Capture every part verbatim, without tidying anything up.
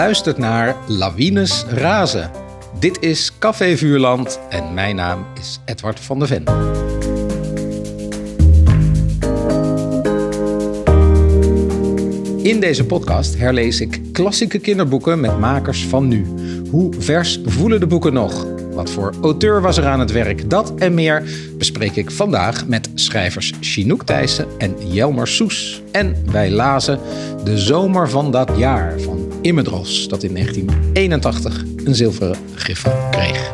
luistert naar Lawines Razen. Dit is Café Vuurland en mijn naam is Edward van der Ven. In deze podcast herlees ik klassieke kinderboeken met makers van nu. Hoe vers voelen de boeken nog? Wat voor auteur was er aan het werk? Dat en meer bespreek ik vandaag met schrijvers Chinook Thijssen en Jelmer Soes. En wij lazen De Zomer van dat jaar van Immerdros, dat in negentien eenentachtig een zilveren griffel kreeg.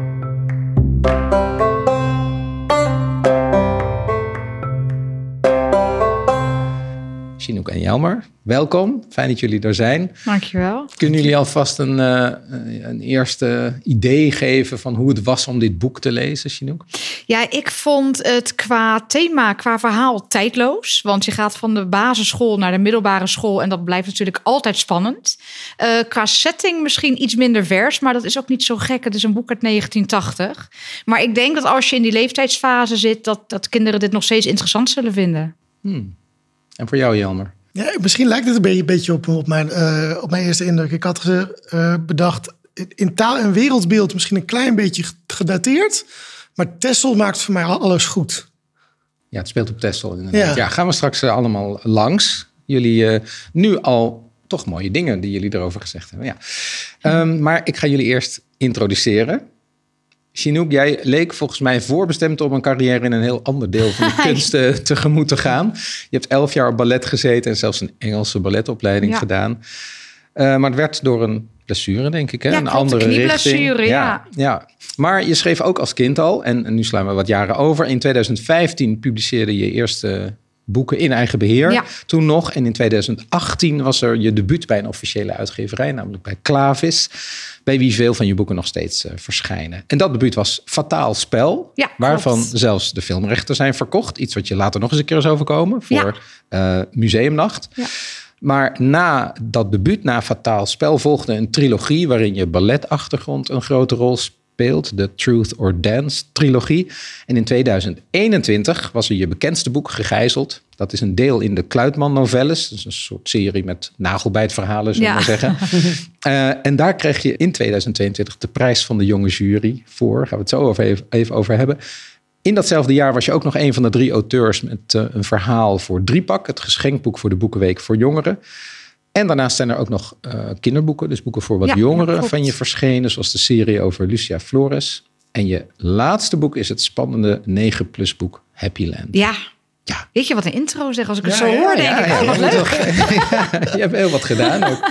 Chinook en Jelmer, welkom. Fijn dat jullie er zijn. Dankjewel. Kunnen jullie alvast een, uh, een eerste idee geven van hoe het was om dit boek te lezen, Chinook? Ja, ik vond het qua thema, qua verhaal tijdloos. Want je gaat van de basisschool naar de middelbare school en dat blijft natuurlijk altijd spannend. Uh, qua setting misschien iets minder vers, maar dat is ook niet zo gek. Het is een boek uit negentien tachtig. Maar ik denk dat als je in die leeftijdsfase zit, dat, dat kinderen dit nog steeds interessant zullen vinden. Hmm. En voor jou, Jelmer? Ja, misschien lijkt het een beetje, beetje op, op, mijn, uh, op mijn eerste indruk. Ik had uh, bedacht, in taal en wereldbeeld misschien een klein beetje gedateerd. Maar Texel maakt voor mij alles goed. Ja, het speelt op Texel inderdaad. Ja. Ja, gaan we straks uh, allemaal langs. Jullie uh, nu al toch mooie dingen die jullie erover gezegd hebben. Ja. Um, maar ik ga jullie eerst introduceren. Chinook, jij leek volgens mij voorbestemd om een carrière in een heel ander deel van de kunst uh, tegemoet te gaan. Je hebt elf jaar op ballet gezeten en zelfs een Engelse balletopleiding ja. gedaan. Uh, maar het werd door een blessure, denk ik, hè? Ja, een klopt, andere een knieblessure, richting. Ja, ja, ja. Maar je schreef ook als kind al, en, en nu slaan we wat jaren over. In tweeduizend vijftien publiceerde je eerste boeken in eigen beheer. Ja. Toen nog. En in tweeduizend achttien was er je debuut bij een officiële uitgeverij, namelijk bij Klavis, bij wie veel van je boeken nog steeds uh, verschijnen. En dat debuut was Fataal Spel, ja, waarvan klopt. zelfs de filmrechten zijn verkocht. Iets wat je later nog eens een keer is overkomen voor ja. uh, Museumnacht. Ja. Maar na dat debuut, na Fataal Spel, volgde een trilogie waarin je balletachtergrond een grote rol speelt. De Truth or Dance trilogie. En in tweeduizend eenentwintig was er je bekendste boek Gegijzeld. Dat is een deel in de Kluitman novelles. Dat is een soort serie met nagelbijtverhalen, zullen we ja. maar zeggen. uh, en daar kreeg je in tweeduizend tweeëntwintig de prijs van de jonge jury voor. Gaan we het zo over even, even over hebben. In datzelfde jaar was je ook nog een van de drie auteurs met uh, een verhaal voor Driepak. Het geschenkboek voor de Boekenweek voor jongeren. En daarnaast zijn er ook nog uh, kinderboeken, dus boeken voor wat ja, jongeren ja, van je verschenen, zoals de serie over Lucia Flores. En je laatste boek is het spannende negen plus boek Happy Land. Ja. ja. Weet je wat een intro zeg? Als ik het ja, zo ja, hoor, ja, denk ja, ik, oh, wat leuk. Ja, je hebt heel wat gedaan ook.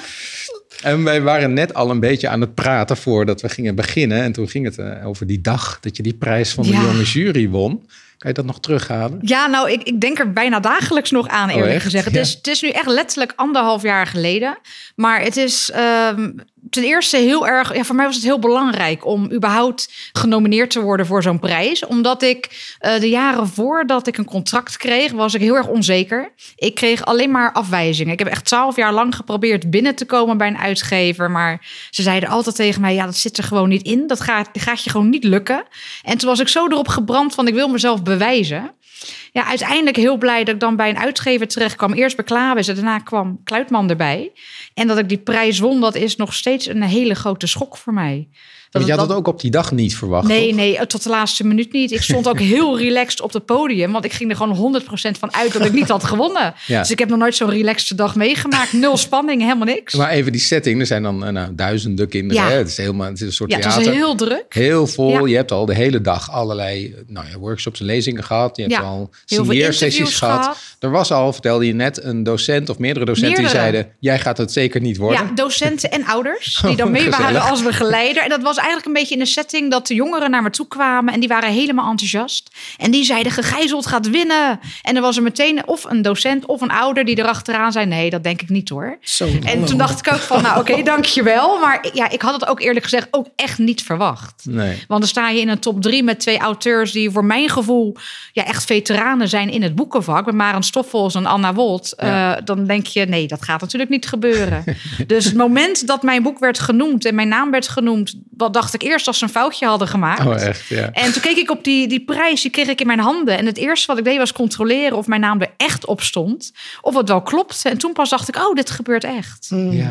En wij waren net al een beetje aan het praten voordat we gingen beginnen. En toen ging het uh, over die dag dat je die prijs van de ja. jonge jury won. Kan je dat nog terughalen? Ja, nou, ik, ik denk er bijna dagelijks nog aan, eerlijk oh, gezegd. Het, ja. is, het is nu echt letterlijk anderhalf jaar geleden. Maar het is um, ten eerste heel erg... Ja, voor mij was het heel belangrijk om überhaupt genomineerd te worden voor zo'n prijs. Omdat ik uh, de jaren voordat ik een contract kreeg, was ik heel erg onzeker. Ik kreeg alleen maar afwijzingen. Ik heb echt twaalf jaar lang geprobeerd binnen te komen bij een uitgever. Maar ze zeiden altijd tegen mij, ja, dat zit er gewoon niet in. Dat gaat, dat gaat je gewoon niet lukken. En toen was ik zo erop gebrand van, ik wil mezelf bewijzen. Ja, uiteindelijk heel blij dat ik dan bij een uitgever terecht kwam. Eerst bij Klavis en daarna kwam Kluitman erbij. En dat ik die prijs won, dat is nog steeds een hele grote schok voor mij. Dat je had dat, dat ook op die dag niet verwacht? Nee, toch? nee, tot de laatste minuut niet. Ik stond ook heel relaxed op het podium, want ik ging er gewoon honderd procent van uit dat ik niet had gewonnen. Ja. Dus ik heb nog nooit zo'n relaxte dag meegemaakt. Nul spanning, helemaal niks. Maar even die setting, er zijn dan nou, duizenden kinderen. Ja. Hè? Het is helemaal, het is een soort ja, theater. Het is heel druk. Heel vol. Ja. Je hebt al de hele dag allerlei nou ja, workshops en lezingen gehad. Je hebt ja. al signeersessies gehad. gehad. Er was al, vertelde je net, een docent of meerdere docenten meerdere. die zeiden, jij gaat het zeker niet worden. Ja, docenten en ouders die dan mee waren als begeleider. En dat was eigenlijk een beetje in de setting dat de jongeren naar me toe kwamen en die waren helemaal enthousiast. En die zeiden, Gegijzeld gaat winnen. En er was er meteen of een docent of een ouder die erachteraan zei, nee, dat denk ik niet hoor. Zo, en toen dacht ik ook van, nou oké, okay, dankjewel. Maar ja, ik had het ook eerlijk gezegd ook echt niet verwacht. Nee. Want dan sta je in een top drie met twee auteurs die voor mijn gevoel ja, echt veteranen zijn in het boekenvak. Met Maren Stoffels en Anna Wolt. Ja. Uh, dan denk je, nee, dat gaat natuurlijk niet gebeuren. Dus het moment dat mijn boek werd genoemd en mijn naam werd genoemd, wat dacht ik eerst als ze een foutje hadden gemaakt. Oh, echt, ja. En toen keek ik op die, die prijs, die kreeg ik in mijn handen. En het eerste wat ik deed was controleren of mijn naam er echt op stond. Of het wel klopte. En toen pas dacht ik, oh, dit gebeurt echt. Ja.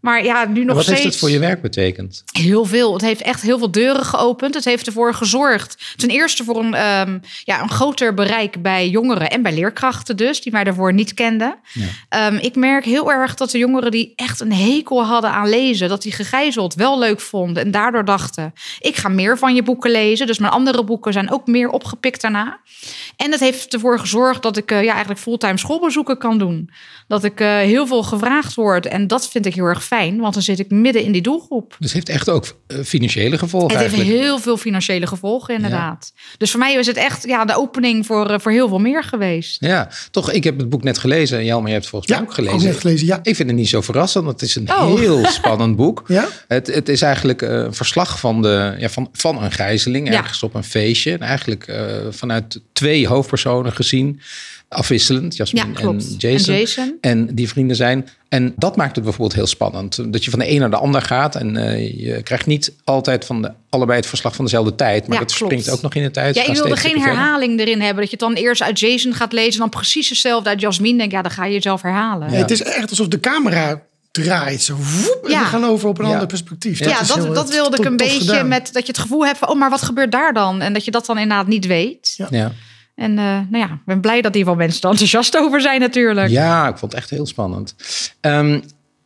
Maar ja, nu nog Wat steeds... heeft het voor je werk betekend? Heel veel. Het heeft echt heel veel deuren geopend. Het heeft ervoor gezorgd. Ten eerste voor een, um, ja, een groter bereik bij jongeren en bij leerkrachten dus, die mij daarvoor niet kenden. Ja. Um, ik merk heel erg dat de jongeren die echt een hekel hadden aan lezen, dat die gegijzeld wel leuk vonden en daardoor dachten, ik ga meer van je boeken lezen. Dus mijn andere boeken zijn ook meer opgepikt daarna. En het heeft ervoor gezorgd dat ik uh, ja, eigenlijk fulltime schoolbezoeken kan doen. Dat ik uh, heel veel gevraagd word. En dat vind ik heel erg fijn, want dan zit ik midden in die doelgroep. Dus het heeft echt ook uh, financiële gevolgen Het eigenlijk. heeft heel veel financiële gevolgen, inderdaad. Ja. Dus voor mij is het echt ja, de opening voor, uh, voor heel veel meer geweest. Ja, toch, ik heb het boek net gelezen. En Jelmer, je hebt het volgens ja, mij ook gelezen. Ook net gelezen, ja. Ik vind het niet zo verrassend, want het is een oh. heel spannend boek. Ja? Het, het is eigenlijk een verslag van, de, ja, van, van een gijzeling, ja. ergens op een feestje. En eigenlijk uh, vanuit twee hoofdpersonen gezien, afwisselend, Jasmin ja, en Jason. en Jason. En die vrienden zijn. En dat maakt het bijvoorbeeld heel spannend. Dat je van de een naar de ander gaat. En uh, je krijgt niet altijd van de, allebei het verslag van dezelfde tijd. Maar ja, dat klopt. springt ook nog in de tijd. Ja, ik wilde geen herhaling erin hebben. Dat je het dan eerst uit Jason gaat lezen en dan precies hetzelfde uit Jasmin. Denk ja, dan ga je jezelf herhalen. Ja. Ja, het is echt alsof de camera draait. Zo, woep, ja. En we gaan over op een ja. ander perspectief. Ja, dat, dat, heel, dat wilde ik een beetje gedaan. met dat je het gevoel hebt van, oh, maar wat gebeurt daar dan? En dat je dat dan inderdaad niet weet. Ja. Ja. En uh, nou ja, ik ben blij dat hier wel mensen er enthousiast over zijn natuurlijk. Ja, ik vond het echt heel spannend. Um,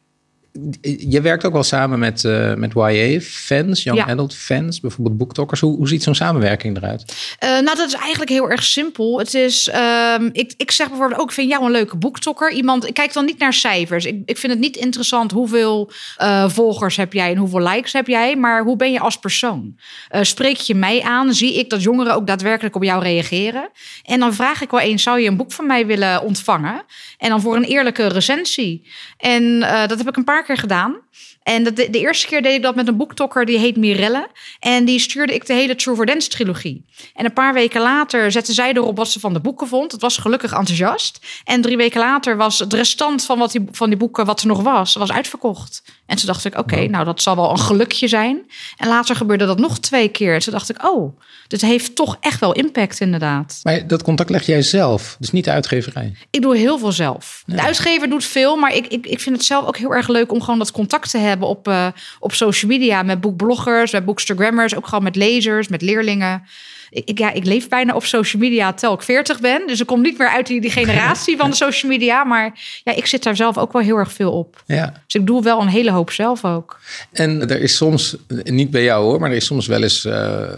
je werkt ook wel samen met, uh, met Y A-fans, young ja. adult fans, bijvoorbeeld BookTokers. Hoe, hoe ziet zo'n samenwerking eruit? Uh, nou, dat is eigenlijk heel erg simpel. Het is, um, ik, ik zeg bijvoorbeeld ook, ik vind jou een leuke BookToker. Iemand, ik kijk dan niet naar cijfers. Ik, ik vind het niet interessant hoeveel uh, volgers heb jij en hoeveel likes heb jij, maar hoe ben je als persoon? Uh, spreek je mij aan? Zie ik dat jongeren ook daadwerkelijk op jou reageren? En dan vraag ik wel eens, zou je een boek van mij willen ontvangen? En dan voor een eerlijke recensie. En uh, dat heb ik een paar keer gedaan. En de, de eerste keer deed ik dat met een boektokker, die heet Mirelle. En die stuurde ik de hele Truth-or-Dance trilogie. En een paar weken later zette zij erop wat ze van de boeken vond. Het was gelukkig enthousiast. En drie weken later was het restant van, wat die, van die boeken wat er nog was, was uitverkocht. En toen dacht ik, oké, okay, nou dat zal wel een gelukje zijn. En later gebeurde dat nog twee keer. En toen dacht ik, oh, dit heeft toch echt wel impact inderdaad. Maar dat contact leg jij zelf, dus niet de uitgeverij? Ik doe heel veel zelf. Ja. De uitgever doet veel, maar ik, ik, ik vind het zelf ook heel erg leuk om gewoon dat contact te hebben op, uh, op social media met boekbloggers, met bookstagrammers, ook gewoon met lezers, met leerlingen. Ik, ik, ja, ik leef bijna op social media tel ik veertig ben. Dus ik kom niet meer uit die, die generatie van de social media. Maar ja, ik zit daar zelf ook wel heel erg veel op. Ja. Dus ik doe wel een hele hoop zelf ook. En er is soms, niet bij jou hoor, maar er is soms wel eens, uh,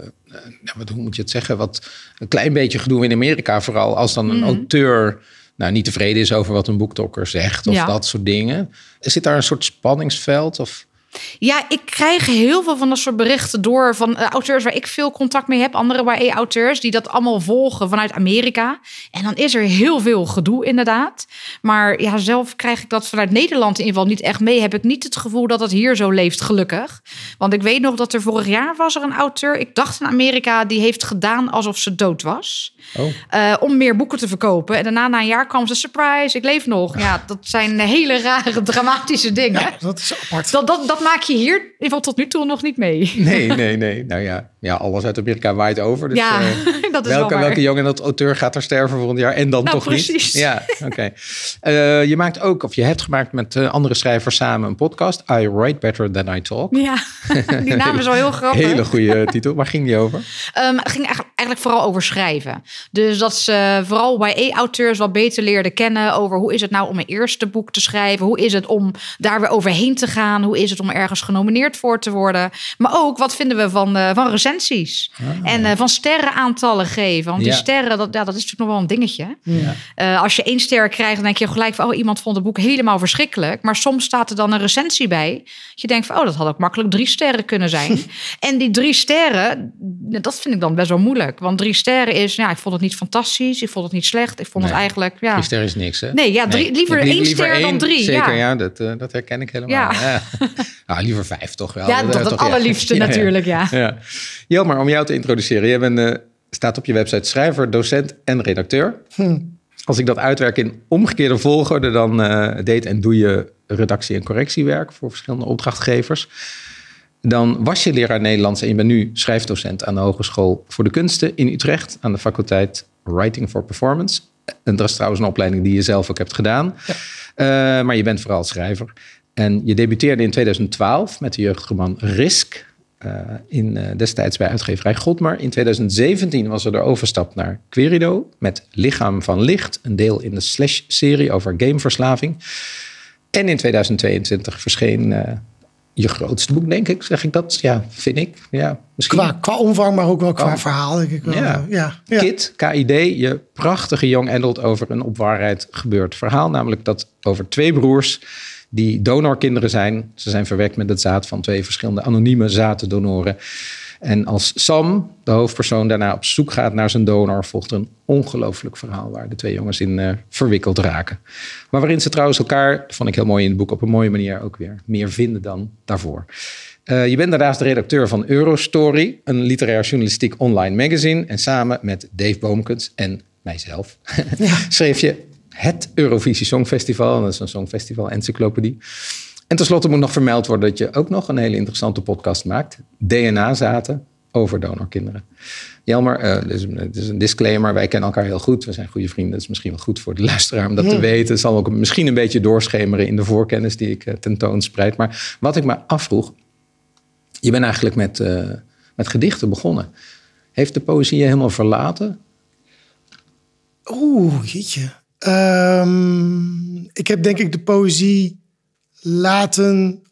wat, hoe moet je het zeggen, wat een klein beetje gedoe in Amerika vooral. Als dan een mm. auteur nou, niet tevreden is over wat een boektokker zegt of ja. dat soort dingen. Zit daar een soort spanningsveld of... Ja, ik krijg heel veel van dat soort berichten door van uh, auteurs waar ik veel contact mee heb. Andere Y A-auteurs die dat allemaal volgen vanuit Amerika. En dan is er heel veel gedoe inderdaad. Maar ja, zelf krijg ik dat vanuit Nederland in ieder geval niet echt mee. Heb ik niet het gevoel dat het hier zo leeft, gelukkig. Want ik weet nog dat er vorig jaar was er een auteur, ik dacht in Amerika, die heeft gedaan alsof ze dood was. Oh. Uh, om meer boeken te verkopen. En daarna na een jaar kwam ze, surprise, ik leef nog. Ja, dat zijn hele rare, dramatische dingen. Ja, dat is apart. Dat, dat, dat maak je hier in ieder geval tot nu toe nog niet mee. Nee, nee, nee. Nou ja, ja alles uit Amerika waait over. Dus, ja, uh, dat is welke, wel waar. welke jongen dat auteur gaat er sterven volgend jaar en dan nou, toch precies. niet? Ja, oké. Okay. Uh, je maakt ook, of je hebt gemaakt met uh, andere schrijvers samen een podcast. I Write Better Than I Talk. Ja, die naam is wel heel grappig. Hele goede titel. Waar ging die over? Um, het ging eigenlijk vooral over schrijven. Dus dat ze vooral Y A-auteurs wat beter leerden kennen over hoe is het nou om een eerste boek te schrijven? Hoe is het om daar weer overheen te gaan? Hoe is het om ergens genomineerd voor te worden? Maar ook, wat vinden we van, uh, van recensies? Ah, en uh, van sterrenaantallen geven. Want die ja. sterren, dat, ja, dat is natuurlijk nog wel een dingetje. Ja. Uh, als je één ster krijgt, dan denk je gelijk van, oh, iemand vond het boek helemaal verschrikkelijk. Maar soms staat er dan een recensie bij. Je denkt van, oh, dat had ook makkelijk drie sterren kunnen zijn. En die drie sterren, dat vind ik dan best wel moeilijk. Want drie sterren is, ja, ik vond het niet fantastisch. Ik vond het niet slecht. Ik vond nee, het eigenlijk, ja. Drie sterren is niks, hè? Nee, ja, drie, nee. liever één liever ster één, dan drie. Zeker, ja, ja dat, uh, dat herken ik helemaal. Ja. Ja. Nou, liever vijf toch wel. Ja, dat, dat, dat allerliefste ja. natuurlijk, ja. ja. ja. Jelmer, om jou te introduceren. Jij bent, uh, staat op je website schrijver, docent en redacteur. Hm. Als ik dat uitwerk in omgekeerde volgorde, dan uh, deed en doe je redactie- en correctiewerk voor verschillende opdrachtgevers. Dan was je leraar Nederlands en je bent nu schrijfdocent aan de Hogeschool voor de Kunsten in Utrecht aan de faculteit Writing for Performance. En dat is trouwens een opleiding die je zelf ook hebt gedaan. Ja. Uh, maar je bent vooral schrijver. En je debuteerde in tweeduizend twaalf met de jeugdroman Risk. Uh, in, uh, destijds bij uitgeverij Godmer. In tweeduizend zeventien was er de overstap naar Querido met Lichaam van Licht. Een deel in de Slash-serie over gameverslaving. En in tweeduizend tweeëntwintig verscheen uh, je grootste boek, denk ik. Zeg ik dat? Ja, vind ik. Ja, misschien. Qua, qua omvang, maar ook wel qua oh. verhaal. Denk ik wel. Ja. Ja. Ja. Kid, K I D, je prachtige young adult over een op waarheid gebeurd verhaal. Namelijk dat over twee broers die donorkinderen zijn. Ze zijn verwekt met het zaad van twee verschillende anonieme zaaddonoren. En als Sam, de hoofdpersoon, daarna op zoek gaat naar zijn donor, volgt er een ongelooflijk verhaal waar de twee jongens in uh, verwikkeld raken. Maar waarin ze trouwens elkaar, dat vond ik heel mooi in het boek, op een mooie manier ook weer meer vinden dan daarvoor. Uh, je bent daarnaast de redacteur van Eurostory, een literair journalistiek online magazine. En samen met Dave Boomkens en mijzelf ja. schreef je het Eurovisie Songfestival. Dat is een songfestival-encyclopedie. En tenslotte moet nog vermeld worden dat je ook nog een hele interessante podcast maakt. D N A-zaten over donorkinderen. Jelmer, uh, dit, is, dit is een disclaimer. Wij kennen elkaar heel goed. We zijn goede vrienden. Het is misschien wel goed voor de luisteraar om dat ja. te weten. Het zal ook misschien een beetje doorschemeren in de voorkennis die ik uh, tentoonspreid. Maar wat ik me afvroeg. Je bent eigenlijk met, uh, met gedichten begonnen. Heeft de poëzie je helemaal verlaten? Oeh, jeetje. Um, ik heb denk ik de poëzie laten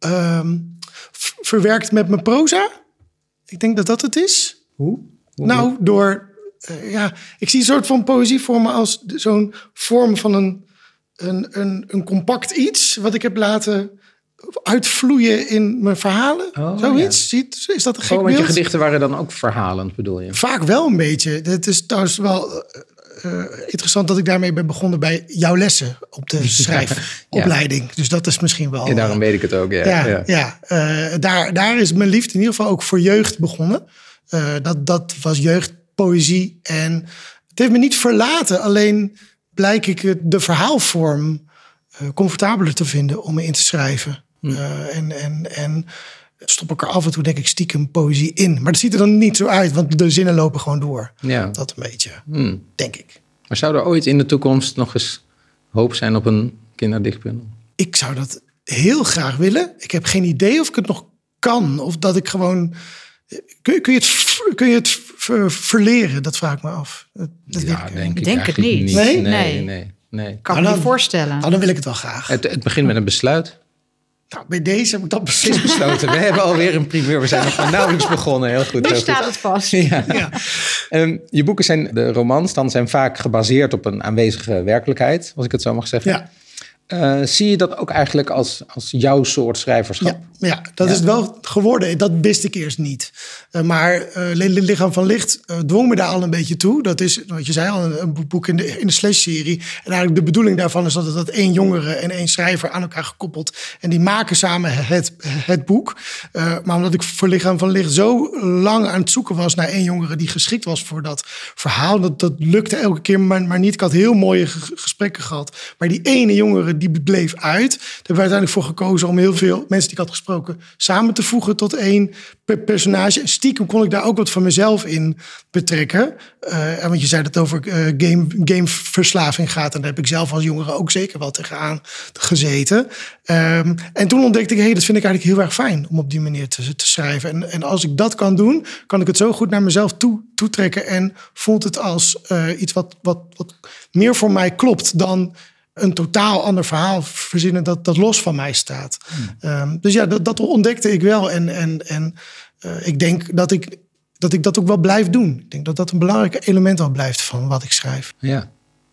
um, verwerkt met mijn proza. Ik denk dat dat het is. Hoe? Hoe? Nou, door... Uh, ja, ik zie een soort van poëzie voor me als zo'n vorm van een, een, een, een compact iets... wat ik heb laten uitvloeien in mijn verhalen. Oh, Zoiets. Ja. Ziet, is dat een gek oh, want beeld? je gedichten waren dan ook verhalend, bedoel je? Vaak wel een beetje. Het is trouwens wel... Uh, interessant dat ik daarmee ben begonnen bij jouw lessen op de schrijfopleiding. Ja. Dus dat is misschien wel... En daarom weet ik het ook, ja. Ja, ja. ja uh, daar, daar is mijn liefde in ieder geval ook voor jeugd begonnen. Uh, dat, dat was jeugdpoëzie. En het heeft me niet verlaten. Alleen blijk ik de verhaalvorm uh, comfortabeler te vinden om me in te schrijven. Hm. Uh, en, en, en stop ik er af en toe denk ik stiekem poëzie in. Maar dat ziet er dan niet zo uit, want de zinnen lopen gewoon door. Ja. Dat een beetje, hmm. denk ik. Maar zou er ooit in de toekomst nog eens hoop zijn op een kinderdichtbundel? Ik zou dat heel graag willen. Ik heb geen idee of ik het nog kan. Of dat ik gewoon... Kun, kun je het, kun je het ver, verleren? Dat vraag ik me af. Dat ja, ik, denk ik denk het niet. niet. Nee? Nee, nee. nee, nee. Kan ik me niet voorstellen. Nou, dan wil ik het wel graag. Het, het begint met een besluit. Nou, bij deze heb ik dat beslist besloten. We hebben alweer een primeur. We zijn nog maar nauwelijks begonnen. Heel goed. Nu heel staat goed. het vast. Ja. Ja. Um, je boeken zijn, de romans, dan zijn vaak gebaseerd op een aanwezige werkelijkheid, als ik het zo mag zeggen. Ja. Uh, zie je dat ook eigenlijk als, als jouw soort schrijverschap? Ja, ja dat ja. is het wel geworden. Dat wist ik eerst niet. Uh, maar uh, Lichaam van Licht uh, dwong me daar al een beetje toe. Dat is, wat je zei al, een, een boek in de, in de Slash-serie. En eigenlijk de bedoeling daarvan is dat het dat één jongere en één schrijver aan elkaar gekoppeld. En die maken samen het, het boek. Uh, maar omdat ik voor Lichaam van Licht zo lang aan het zoeken was naar één jongere die geschikt was voor dat verhaal. Dat, dat lukte elke keer maar, maar niet. Ik had heel mooie g- gesprekken gehad. Maar die ene jongere die bleef uit. Daar hebben we uiteindelijk voor gekozen om heel veel mensen die ik had gesproken samen te voegen tot één personage. En stiekem kon ik daar ook wat van mezelf in betrekken. Uh, en want je zei dat het over uh, game, gameverslaving gaat. En daar heb ik zelf als jongere ook zeker wel tegenaan gezeten. Um, en toen ontdekte ik, hey, dat vind ik eigenlijk heel erg fijn om op die manier te, te schrijven. En, en als ik dat kan doen, kan ik het zo goed naar mezelf toe, toetrekken. En voelt het als uh, iets wat, wat, wat meer voor mij klopt dan een totaal ander verhaal verzinnen dat, dat los van mij staat. Hmm. Um, dus ja, dat, dat ontdekte ik wel. En, en, en uh, ik denk dat ik, dat ik dat ook wel blijf doen. Ik denk dat dat een belangrijk element al blijft van wat ik schrijf. Ja.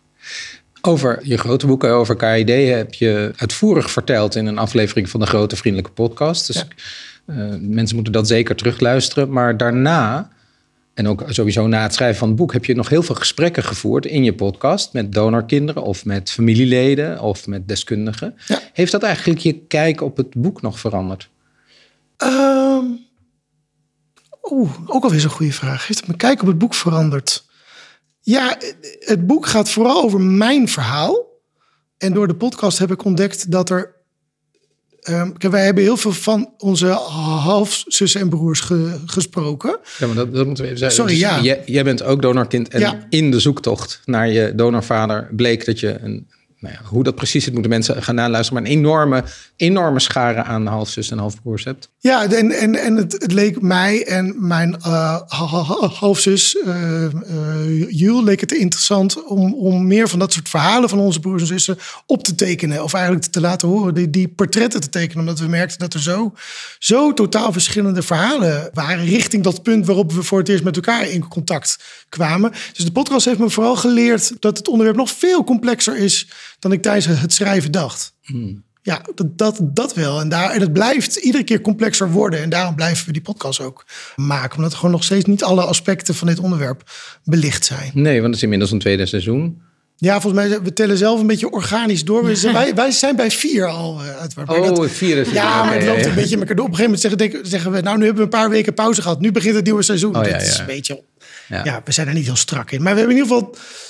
Over je grote boeken, over K I D, heb je uitvoerig verteld in een aflevering van de Grote Vriendelijke Podcast. Dus ja. uh, mensen moeten dat zeker terugluisteren. Maar daarna, en ook sowieso na het schrijven van het boek, heb je nog heel veel gesprekken gevoerd in je podcast met donorkinderen of met familieleden of met deskundigen. Ja. Heeft dat eigenlijk je kijk op het boek nog veranderd? Um, Oeh, ook alweer zo'n goede vraag. Heeft het mijn kijk op het boek veranderd? Ja, het boek gaat vooral over mijn verhaal. En door de podcast heb ik ontdekt dat er... Um, wij hebben heel veel van onze halfzussen en broers ge, gesproken. Ja, maar dat, dat moeten we even zeggen. Sorry, dus ja. Jij, jij bent ook donorkind. En ja. in de zoektocht naar je donorvader bleek dat je een nou ja, hoe dat precies zit, moeten mensen gaan naluisteren. Maar een enorme, enorme schare aan halfzus en halfbroers hebt. Ja, en, en, en het, het leek mij en mijn uh, halfzus uh, uh, Jules leek het interessant om, om meer van dat soort verhalen van onze broers en zussen op te tekenen. Of eigenlijk te, te laten horen, die, die portretten te tekenen. Omdat we merkten dat er zo, zo totaal verschillende verhalen waren richting dat punt waarop we voor het eerst met elkaar in contact kwamen. Dus de podcast heeft me vooral geleerd dat het onderwerp nog veel complexer is dan ik tijdens het schrijven dacht. Hmm. Ja, dat, dat, dat wel. En, daar, en het blijft iedere keer complexer worden. En daarom blijven we die podcast ook maken. Omdat er gewoon nog steeds niet alle aspecten van dit onderwerp belicht zijn. Nee, want het is inmiddels een tweede seizoen. Ja, volgens mij, we tellen zelf een beetje organisch door. We zijn, wij, wij zijn bij vier al uh, uitwaard. Oh, dat, vier is Ja, maar het loopt een beetje met elkaar door. Op een gegeven moment zeggen, denken, zeggen we, nou, nu hebben we een paar weken pauze gehad. Nu begint het nieuwe seizoen. Oh, Dit ja, ja. is een beetje, ja. ja, we zijn er niet heel strak in. Maar we hebben in ieder geval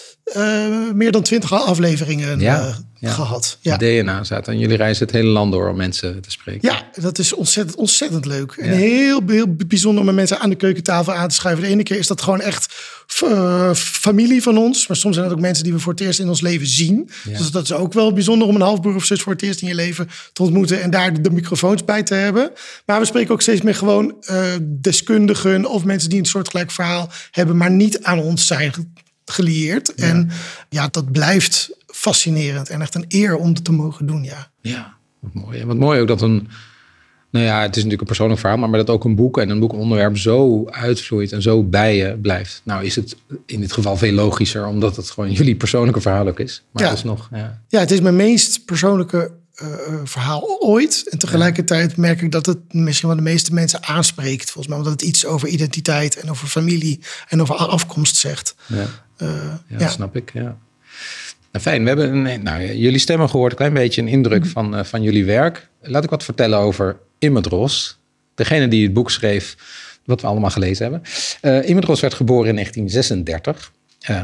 Uh, meer dan twintig afleveringen ja, uh, ja. gehad. Ja. D N A staat en jullie reizen het hele land door om mensen te spreken. Ja, dat is ontzettend, ontzettend leuk. En ja. heel, heel bijzonder om met mensen aan de keukentafel aan te schuiven. De ene keer is dat gewoon echt uh, familie van ons. Maar soms zijn het ook mensen die we voor het eerst in ons leven zien. Ja. Dus dat is ook wel bijzonder om een halfbroer of zus voor het eerst in je leven te ontmoeten. En daar de microfoons bij te hebben. Maar we spreken ook steeds meer gewoon uh, deskundigen of mensen die een soortgelijk verhaal hebben, maar niet aan ons zijn gelieerd. Ja. En ja, dat blijft fascinerend en echt een eer om dat te mogen doen, ja. Ja, wat mooi. En wat mooi ook dat een, nou ja, het is natuurlijk een persoonlijk verhaal, maar dat ook een boek en een boekonderwerp zo uitvloeit en zo bij je blijft. Nou is het in dit geval veel logischer, omdat het gewoon jullie persoonlijke verhaal ook is. Maar ja. het is nog, ja. Ja, het is mijn meest persoonlijke uh, verhaal ooit. En tegelijkertijd ja. merk ik dat het misschien wel de meeste mensen aanspreekt, volgens mij, omdat het iets over identiteit en over familie en over afkomst zegt. Ja. Uh, ja, ja, dat snap ik. Ja. Nou, fijn, we hebben een, nou, jullie stemmen gehoord, een klein beetje een indruk mm-hmm. van, uh, van jullie werk. Laat ik wat vertellen over Imad Ros, degene die het boek schreef, wat we allemaal gelezen hebben. Uh, Imad Ros werd geboren in negentien zesendertig. Uh,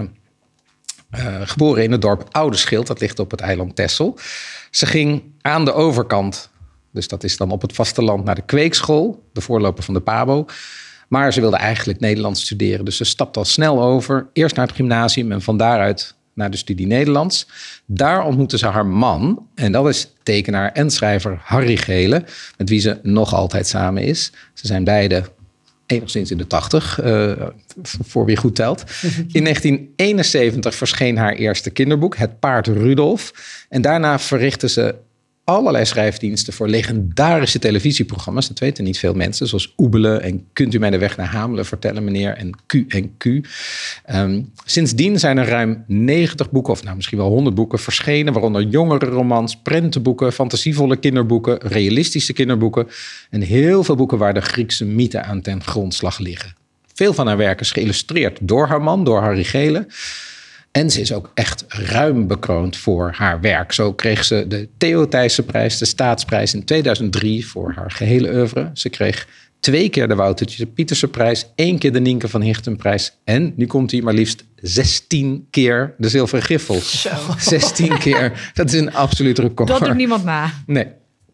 uh, geboren in het dorp Oudeschild, dat ligt op het eiland Texel. Ze ging aan de overkant, dus dat is dan op het vasteland, naar de kweekschool, de voorloper van de Pabo. Maar ze wilde eigenlijk Nederlands studeren. Dus ze stapte al snel over. Eerst naar het gymnasium en van daaruit naar de studie Nederlands. Daar ontmoette ze haar man. En dat is tekenaar en schrijver Harry Gele. Met wie ze nog altijd samen is. Ze zijn beide enigszins in de tachtig. Uh, voor wie goed telt. In negentien eenenzeventig verscheen haar eerste kinderboek. Het paard Rudolf. En daarna verrichtte ze allerlei schrijfdiensten voor legendarische televisieprogramma's. Dat weten niet veel mensen, zoals Oebelen en Kunt u mij de weg naar Hamelen vertellen, meneer, en Q en Q. Um, sindsdien zijn er ruim negentig boeken, of nou misschien wel honderd boeken, verschenen, waaronder jongerenromans, prentenboeken, fantasievolle kinderboeken, realistische kinderboeken en heel veel boeken waar de Griekse mythen aan ten grondslag liggen. Veel van haar werk is geïllustreerd door haar man, door Harry Gele. En ze is ook echt ruim bekroond voor haar werk. Zo kreeg ze de Theo Thijssenprijs, de Staatsprijs in tweeduizend drie voor haar gehele oeuvre. Ze kreeg twee keer de Woutertje Pietersenprijs, één keer de Nienke van Hichtenprijs. En nu komt hij maar liefst zestien keer de Zilveren Griffel. Zo. zestien keer, dat is een absoluut record. Dat doet niemand na. Nee.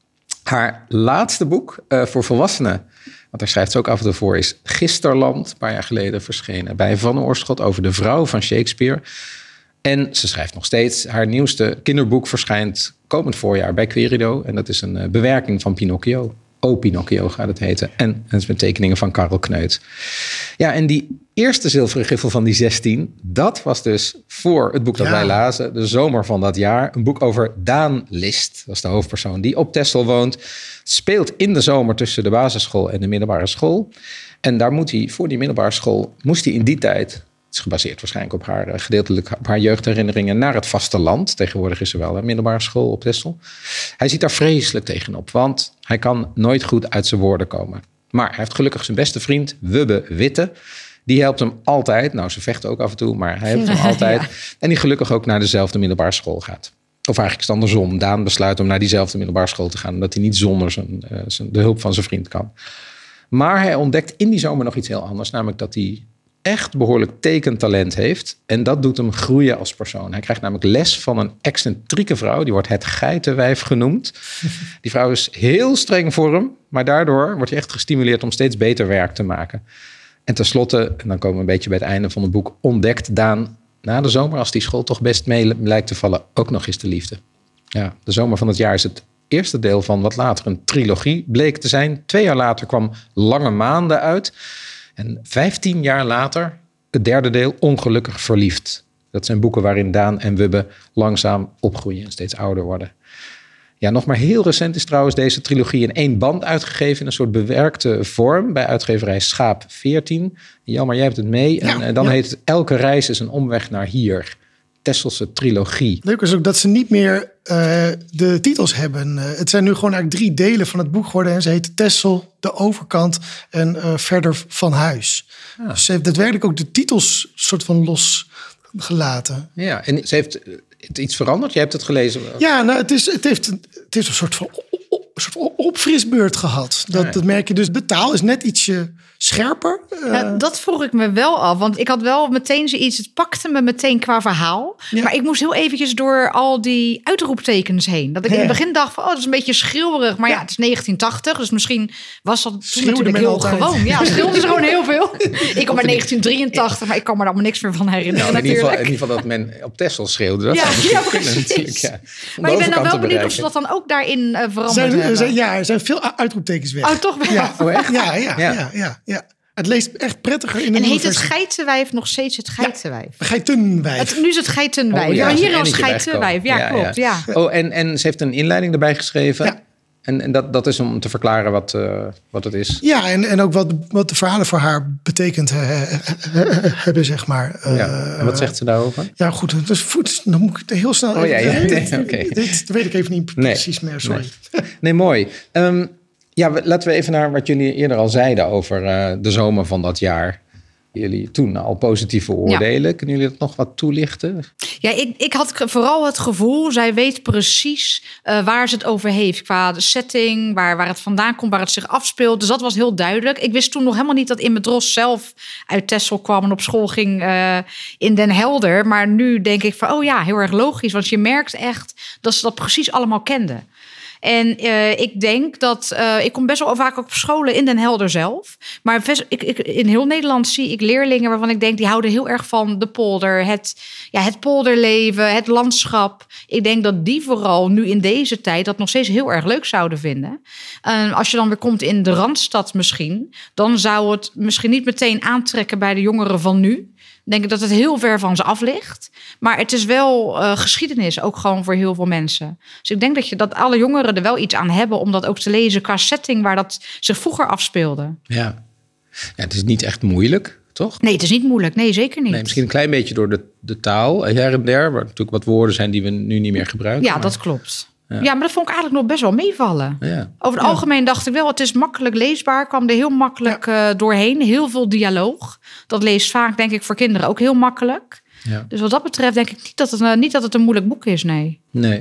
Haar laatste boek uh, voor volwassenen, want daar schrijft ze ook af en toe voor, is Gisterland, een paar jaar geleden verschenen bij Van Oorschot over de vrouw van Shakespeare. En ze schrijft nog steeds. Haar nieuwste kinderboek verschijnt komend voorjaar bij Querido. En dat is een uh, bewerking van Pinocchio. O Pinocchio gaat het heten. En het is met tekeningen van Karel Kneut. Ja, en die eerste Zilveren Griffel van die zestien... dat was dus voor het boek dat ja. wij lazen, de zomer van dat jaar. Een boek over Daan List, dat is de hoofdpersoon, die op Texel woont. Speelt in de zomer tussen de basisschool en de middelbare school. En daar moet hij, voor die middelbare school, moest hij in die tijd, het is gebaseerd waarschijnlijk op haar, gedeeltelijk op haar jeugdherinneringen, naar het vasteland. Tegenwoordig is er wel een middelbare school op Texel. Hij ziet daar vreselijk tegenop, want hij kan nooit goed uit zijn woorden komen. Maar hij heeft gelukkig zijn beste vriend, Wubbe Witte. Die helpt hem altijd. Nou, ze vechten ook af en toe, maar hij helpt hem altijd. Ja. En die gelukkig ook naar dezelfde middelbare school gaat. Of eigenlijk is het andersom. Daan besluit om naar diezelfde middelbare school te gaan, omdat hij niet zonder zijn, uh, zijn, de hulp van zijn vriend kan. Maar hij ontdekt in die zomer nog iets heel anders. Namelijk dat hij echt behoorlijk tekentalent heeft. En dat doet hem groeien als persoon. Hij krijgt namelijk les van een excentrieke vrouw. Die wordt het geitenwijf genoemd. Die vrouw is heel streng voor hem. Maar daardoor wordt hij echt gestimuleerd om steeds beter werk te maken. En tenslotte, en dan komen we een beetje bij het einde van het boek, ontdekt Daan na de zomer, als die school toch best mee lijkt te vallen, ook nog eens de liefde. Ja, de zomer van het jaar is het eerste deel van wat later een trilogie bleek te zijn. Twee jaar later kwam Lange Maanden uit. En vijftien jaar later het derde deel, Ongelukkig Verliefd. Dat zijn boeken waarin Daan en Wubbe langzaam opgroeien en steeds ouder worden. Ja, nog maar heel recent is trouwens deze trilogie in één band uitgegeven in een soort bewerkte vorm bij uitgeverij Schaap veertien. Jelmer, jij hebt het mee. En ja, dan ja. heet het Elke reis is een omweg naar hier. Tesselse trilogie. Leuk is ook dat ze niet meer uh, de titels hebben. Uh, het zijn nu gewoon eigenlijk drie delen van het boek geworden. En ze heet Tessel, De Overkant en uh, Verder van Huis. Ja. Dus ze heeft daadwerkelijk ook de titels soort van losgelaten. Ja, en ze heeft het iets veranderd? Jij hebt het gelezen. Ja, nou, het, is, het, heeft, het heeft een soort van een soort opfrisbeurt gehad. Dat, ja. dat merk je dus. De taal is net ietsje scherper. Uh... Ja, dat vroeg ik me wel af. Want ik had wel meteen zoiets. Het pakte me meteen qua verhaal. Ja. Maar ik moest heel eventjes door al die uitroeptekens heen. Dat ik ja. in het begin dacht van, oh, dat is een beetje schreeuwerig. Maar ja, ja het is negentien tachtig. Dus misschien was dat toen natuurlijk heel altijd. gewoon. Ja, schreeuwde ze gewoon heel veel. Ik kom uit negentien drieëntachtig. Maar ik kan me daar maar niks meer van herinneren. Nou, in, ieder geval, in ieder geval dat men op Texel schreeuwde. Dat ja, ja, precies. Ja. Maar ik ben dan wel benieuwd of ze dat dan ook daarin uh, veranderd zijn, hebben. Zijn, ja, er zijn veel uitroeptekens weg. Oh, toch wel? Ja, oh, echt? Ja, ja, ja, ja, ja, ja. Het leest echt prettiger in de En heet versie. het geitenwijf nog steeds het geitenwijf? Ja, geitenwijf. Het, nu is het geitenwijf. Oh, ja, ja, hier is geitenwijf. Ja, ja, klopt. Ja. Ja. Oh, en, en ze heeft een inleiding erbij geschreven. Ja. En, en dat, dat is om te verklaren wat, uh, wat het is. Ja, en, en ook wat, wat de verhalen voor haar betekend uh, hebben, zeg maar. Uh, ja. En wat zegt ze daarover? Ja, goed. Dus voet, dan moet ik het heel snel... Oh ja, ja. Nee, dit, okay. dit weet ik even niet nee. precies meer, sorry. Nee, nee mooi. Um, ja, laten we even naar wat jullie eerder al zeiden over uh, de zomer van dat jaar. Jullie toen al positieve oordelen. Ja. Kunnen jullie dat nog wat toelichten? Ja, ik, ik had vooral het gevoel, zij weet precies uh, waar ze het over heeft. Qua de setting, waar, waar het vandaan komt, waar het zich afspeelt. Dus dat was heel duidelijk. Ik wist toen nog helemaal niet dat Imme Drost zelf uit Texel kwam en op school ging uh, in Den Helder. Maar nu denk ik van, oh ja, heel erg logisch. Want je merkt echt dat ze dat precies allemaal kenden. En uh, ik denk dat... Uh, ik kom best wel vaak ook op scholen in Den Helder zelf. Maar best, ik, ik, in heel Nederland zie ik leerlingen waarvan ik denk... die houden heel erg van de polder. Het, ja, het polderleven, het landschap. Ik denk dat die vooral nu in deze tijd... dat nog steeds heel erg leuk zouden vinden. Uh, als je dan weer komt in de Randstad misschien... dan zou het misschien niet meteen aantrekken bij de jongeren van nu... denk ik dat het heel ver van ze af ligt. Maar het is wel uh, geschiedenis, ook gewoon voor heel veel mensen. Dus ik denk dat, je, dat alle jongeren er wel iets aan hebben... om dat ook te lezen qua setting waar dat zich vroeger afspeelde. Ja, ja het is niet echt moeilijk, toch? Nee, het is niet moeilijk. Nee, zeker niet. Nee, misschien een klein beetje door de, de taal, her en der... waar natuurlijk wat woorden zijn die we nu niet meer gebruiken. Ja, maar... dat klopt. Ja. ja, maar dat vond ik eigenlijk nog best wel meevallen. Ja. Over het ja. algemeen dacht ik wel, het is makkelijk leesbaar. Kwam er heel makkelijk ja. uh, doorheen. Heel veel dialoog. Dat leest vaak, denk ik, voor kinderen ook heel makkelijk. Ja. Dus wat dat betreft denk ik niet dat het, uh, niet dat het een moeilijk boek is, nee. Nee.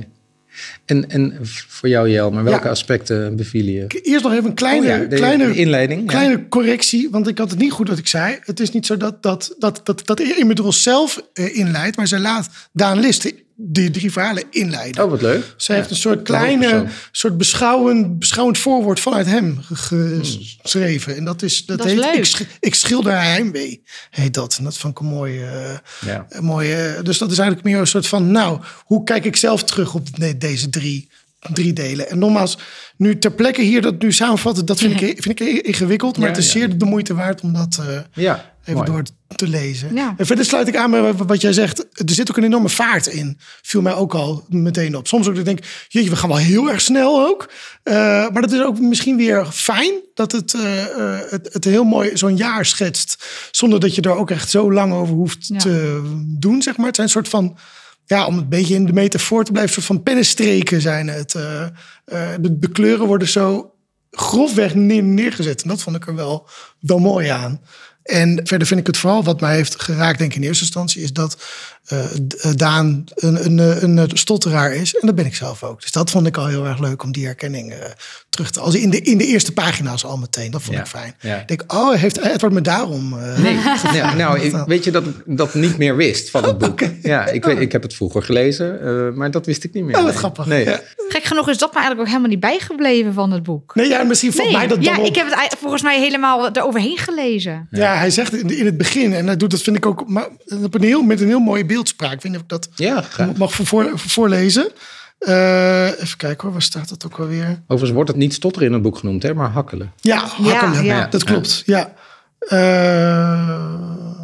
En, en voor jou, Jelmer, welke ja. aspecten bevielen je? Eerst nog even een kleine, oh ja, de, kleine, de inleiding. kleine ja. correctie, want ik had het niet goed wat ik zei. Het is niet zo dat, dat, dat, dat, dat Imme Drost zelf uh, inleidt, maar zij laat Daan List die drie verhalen inleiden. Oh, wat leuk. Zij ja. heeft een soort kleine, soort beschouwend, beschouwend voorwoord vanuit hem geschreven. En dat is, dat, dat heet is ik, ik schilder heimwee, heet dat. En dat vond ik een mooie, uh, ja. mooie. Uh, dus dat is eigenlijk meer een soort van, nou, hoe kijk ik zelf terug op deze drie, drie delen? En nogmaals, nu ter plekke hier dat nu samenvatten, dat vind, ja. ik, vind ik ingewikkeld. Maar ja, het is ja. zeer de moeite waard om dat uh, ja, even mooi. door te lezen. Ja. En verder sluit ik aan bij wat jij zegt. Er zit ook een enorme vaart in. Viel mij ook al meteen op. Soms ook dat ik denk, jeetje, we gaan wel heel erg snel ook. Uh, maar dat is ook misschien weer fijn. Dat het, uh, uh, het, het heel mooi zo'n jaar schetst. Zonder dat je er ook echt zo lang over hoeft ja. te doen, zeg maar. Het zijn een soort van... Ja, om een beetje in de metafoor te blijven, soort van pennenstreken zijn het. Uh, uh, de, de kleuren worden zo grofweg neer, neergezet. En dat vond ik er wel, wel mooi aan. En verder vind ik het vooral wat mij heeft geraakt, denk ik in eerste instantie, is dat uh, Daan een, een, een, een stotteraar is. En dat ben ik zelf ook. Dus dat vond ik al heel erg leuk om die herkenning uh, terug te... Als in de, in de eerste pagina's al meteen. Dat vond ja, ik fijn. Ja. Ik denk, oh, heeft Edward me daarom... Uh, nee, ja, nou, ik, weet je dat ik dat niet meer wist van het boek. Okay. Ja, ik, weet, ik heb het vroeger gelezen, uh, maar dat wist ik niet meer. Oh, wat nee. grappig. Nee. Ja. Gek genoeg is dat me eigenlijk ook helemaal niet bijgebleven van het boek. Nee, ja, misschien valt nee. mij dat dan Ja, op. ik heb het volgens mij helemaal eroverheen gelezen. Ja, ja hij zegt in, in het begin, en hij doet dat vind ik ook maar op een heel, met een heel mooie beeldspraak. Ik weet niet of ik dat ja, mag voor, voorlezen. Uh, even kijken hoor, waar staat dat ook alweer? Overigens wordt het niet stotteren in het boek genoemd, hè, maar hakkelen. Ja, hakkelen, ja, ja. dat klopt. Ja. Uh,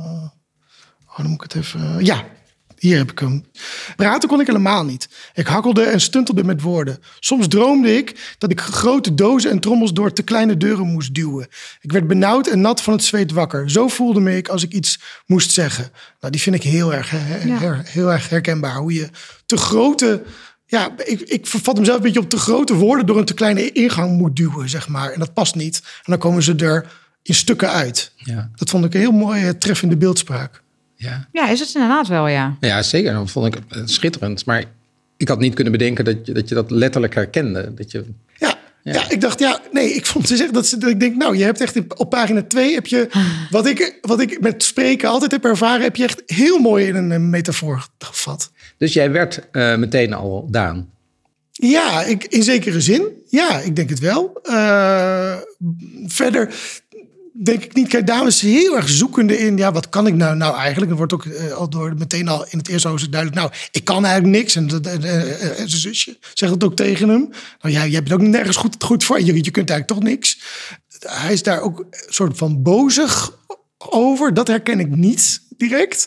oh, dan moet ik het even... Ja, hier heb ik hem. Praten kon ik helemaal niet. Ik hakkelde en stuntelde met woorden. Soms droomde ik dat ik grote dozen en trommels door te kleine deuren moest duwen. Ik werd benauwd en nat van het zweet wakker. Zo voelde me ik als ik iets moest zeggen. Nou, die vind ik heel erg, he, ja. her, heel erg herkenbaar. Hoe je te grote... Ja, ik, ik vervat hem zelf een beetje op te grote woorden door een te kleine ingang moet duwen, zeg maar. En dat past niet. En dan komen ze er in stukken uit. Ja. Dat vond ik een heel mooi treffende beeldspraak. Ja. ja, is het inderdaad wel, ja. Ja, zeker. Dat vond ik schitterend. Maar ik had niet kunnen bedenken dat je dat, je dat letterlijk herkende. Dat je... Ja. Ja. ja, ik dacht, ja, nee, ik vond ze zeggen dat ze, dat ik denk, nou, je hebt echt op pagina twee heb je, wat ik, wat ik met spreken altijd heb ervaren, heb je echt heel mooi in een metafoor gevat. Dus jij werd uh, meteen al Daan? Ja, ik, in zekere zin. Ja, ik denk het wel. Uh, verder denk ik niet. Kijk, dames heel erg zoekende in. Ja, wat kan ik nou, nou eigenlijk? Er wordt ook uh, al door meteen al in het eerste hoofdstuk duidelijk. Nou, ik kan eigenlijk niks. En, en, en, en zijn zusje zegt het ook tegen hem. Nou ja, je hebt het ook nergens goed, goed voor. Je, je kunt eigenlijk toch niks. Hij is daar ook een soort van bozig over. Dat herken ik niet direct.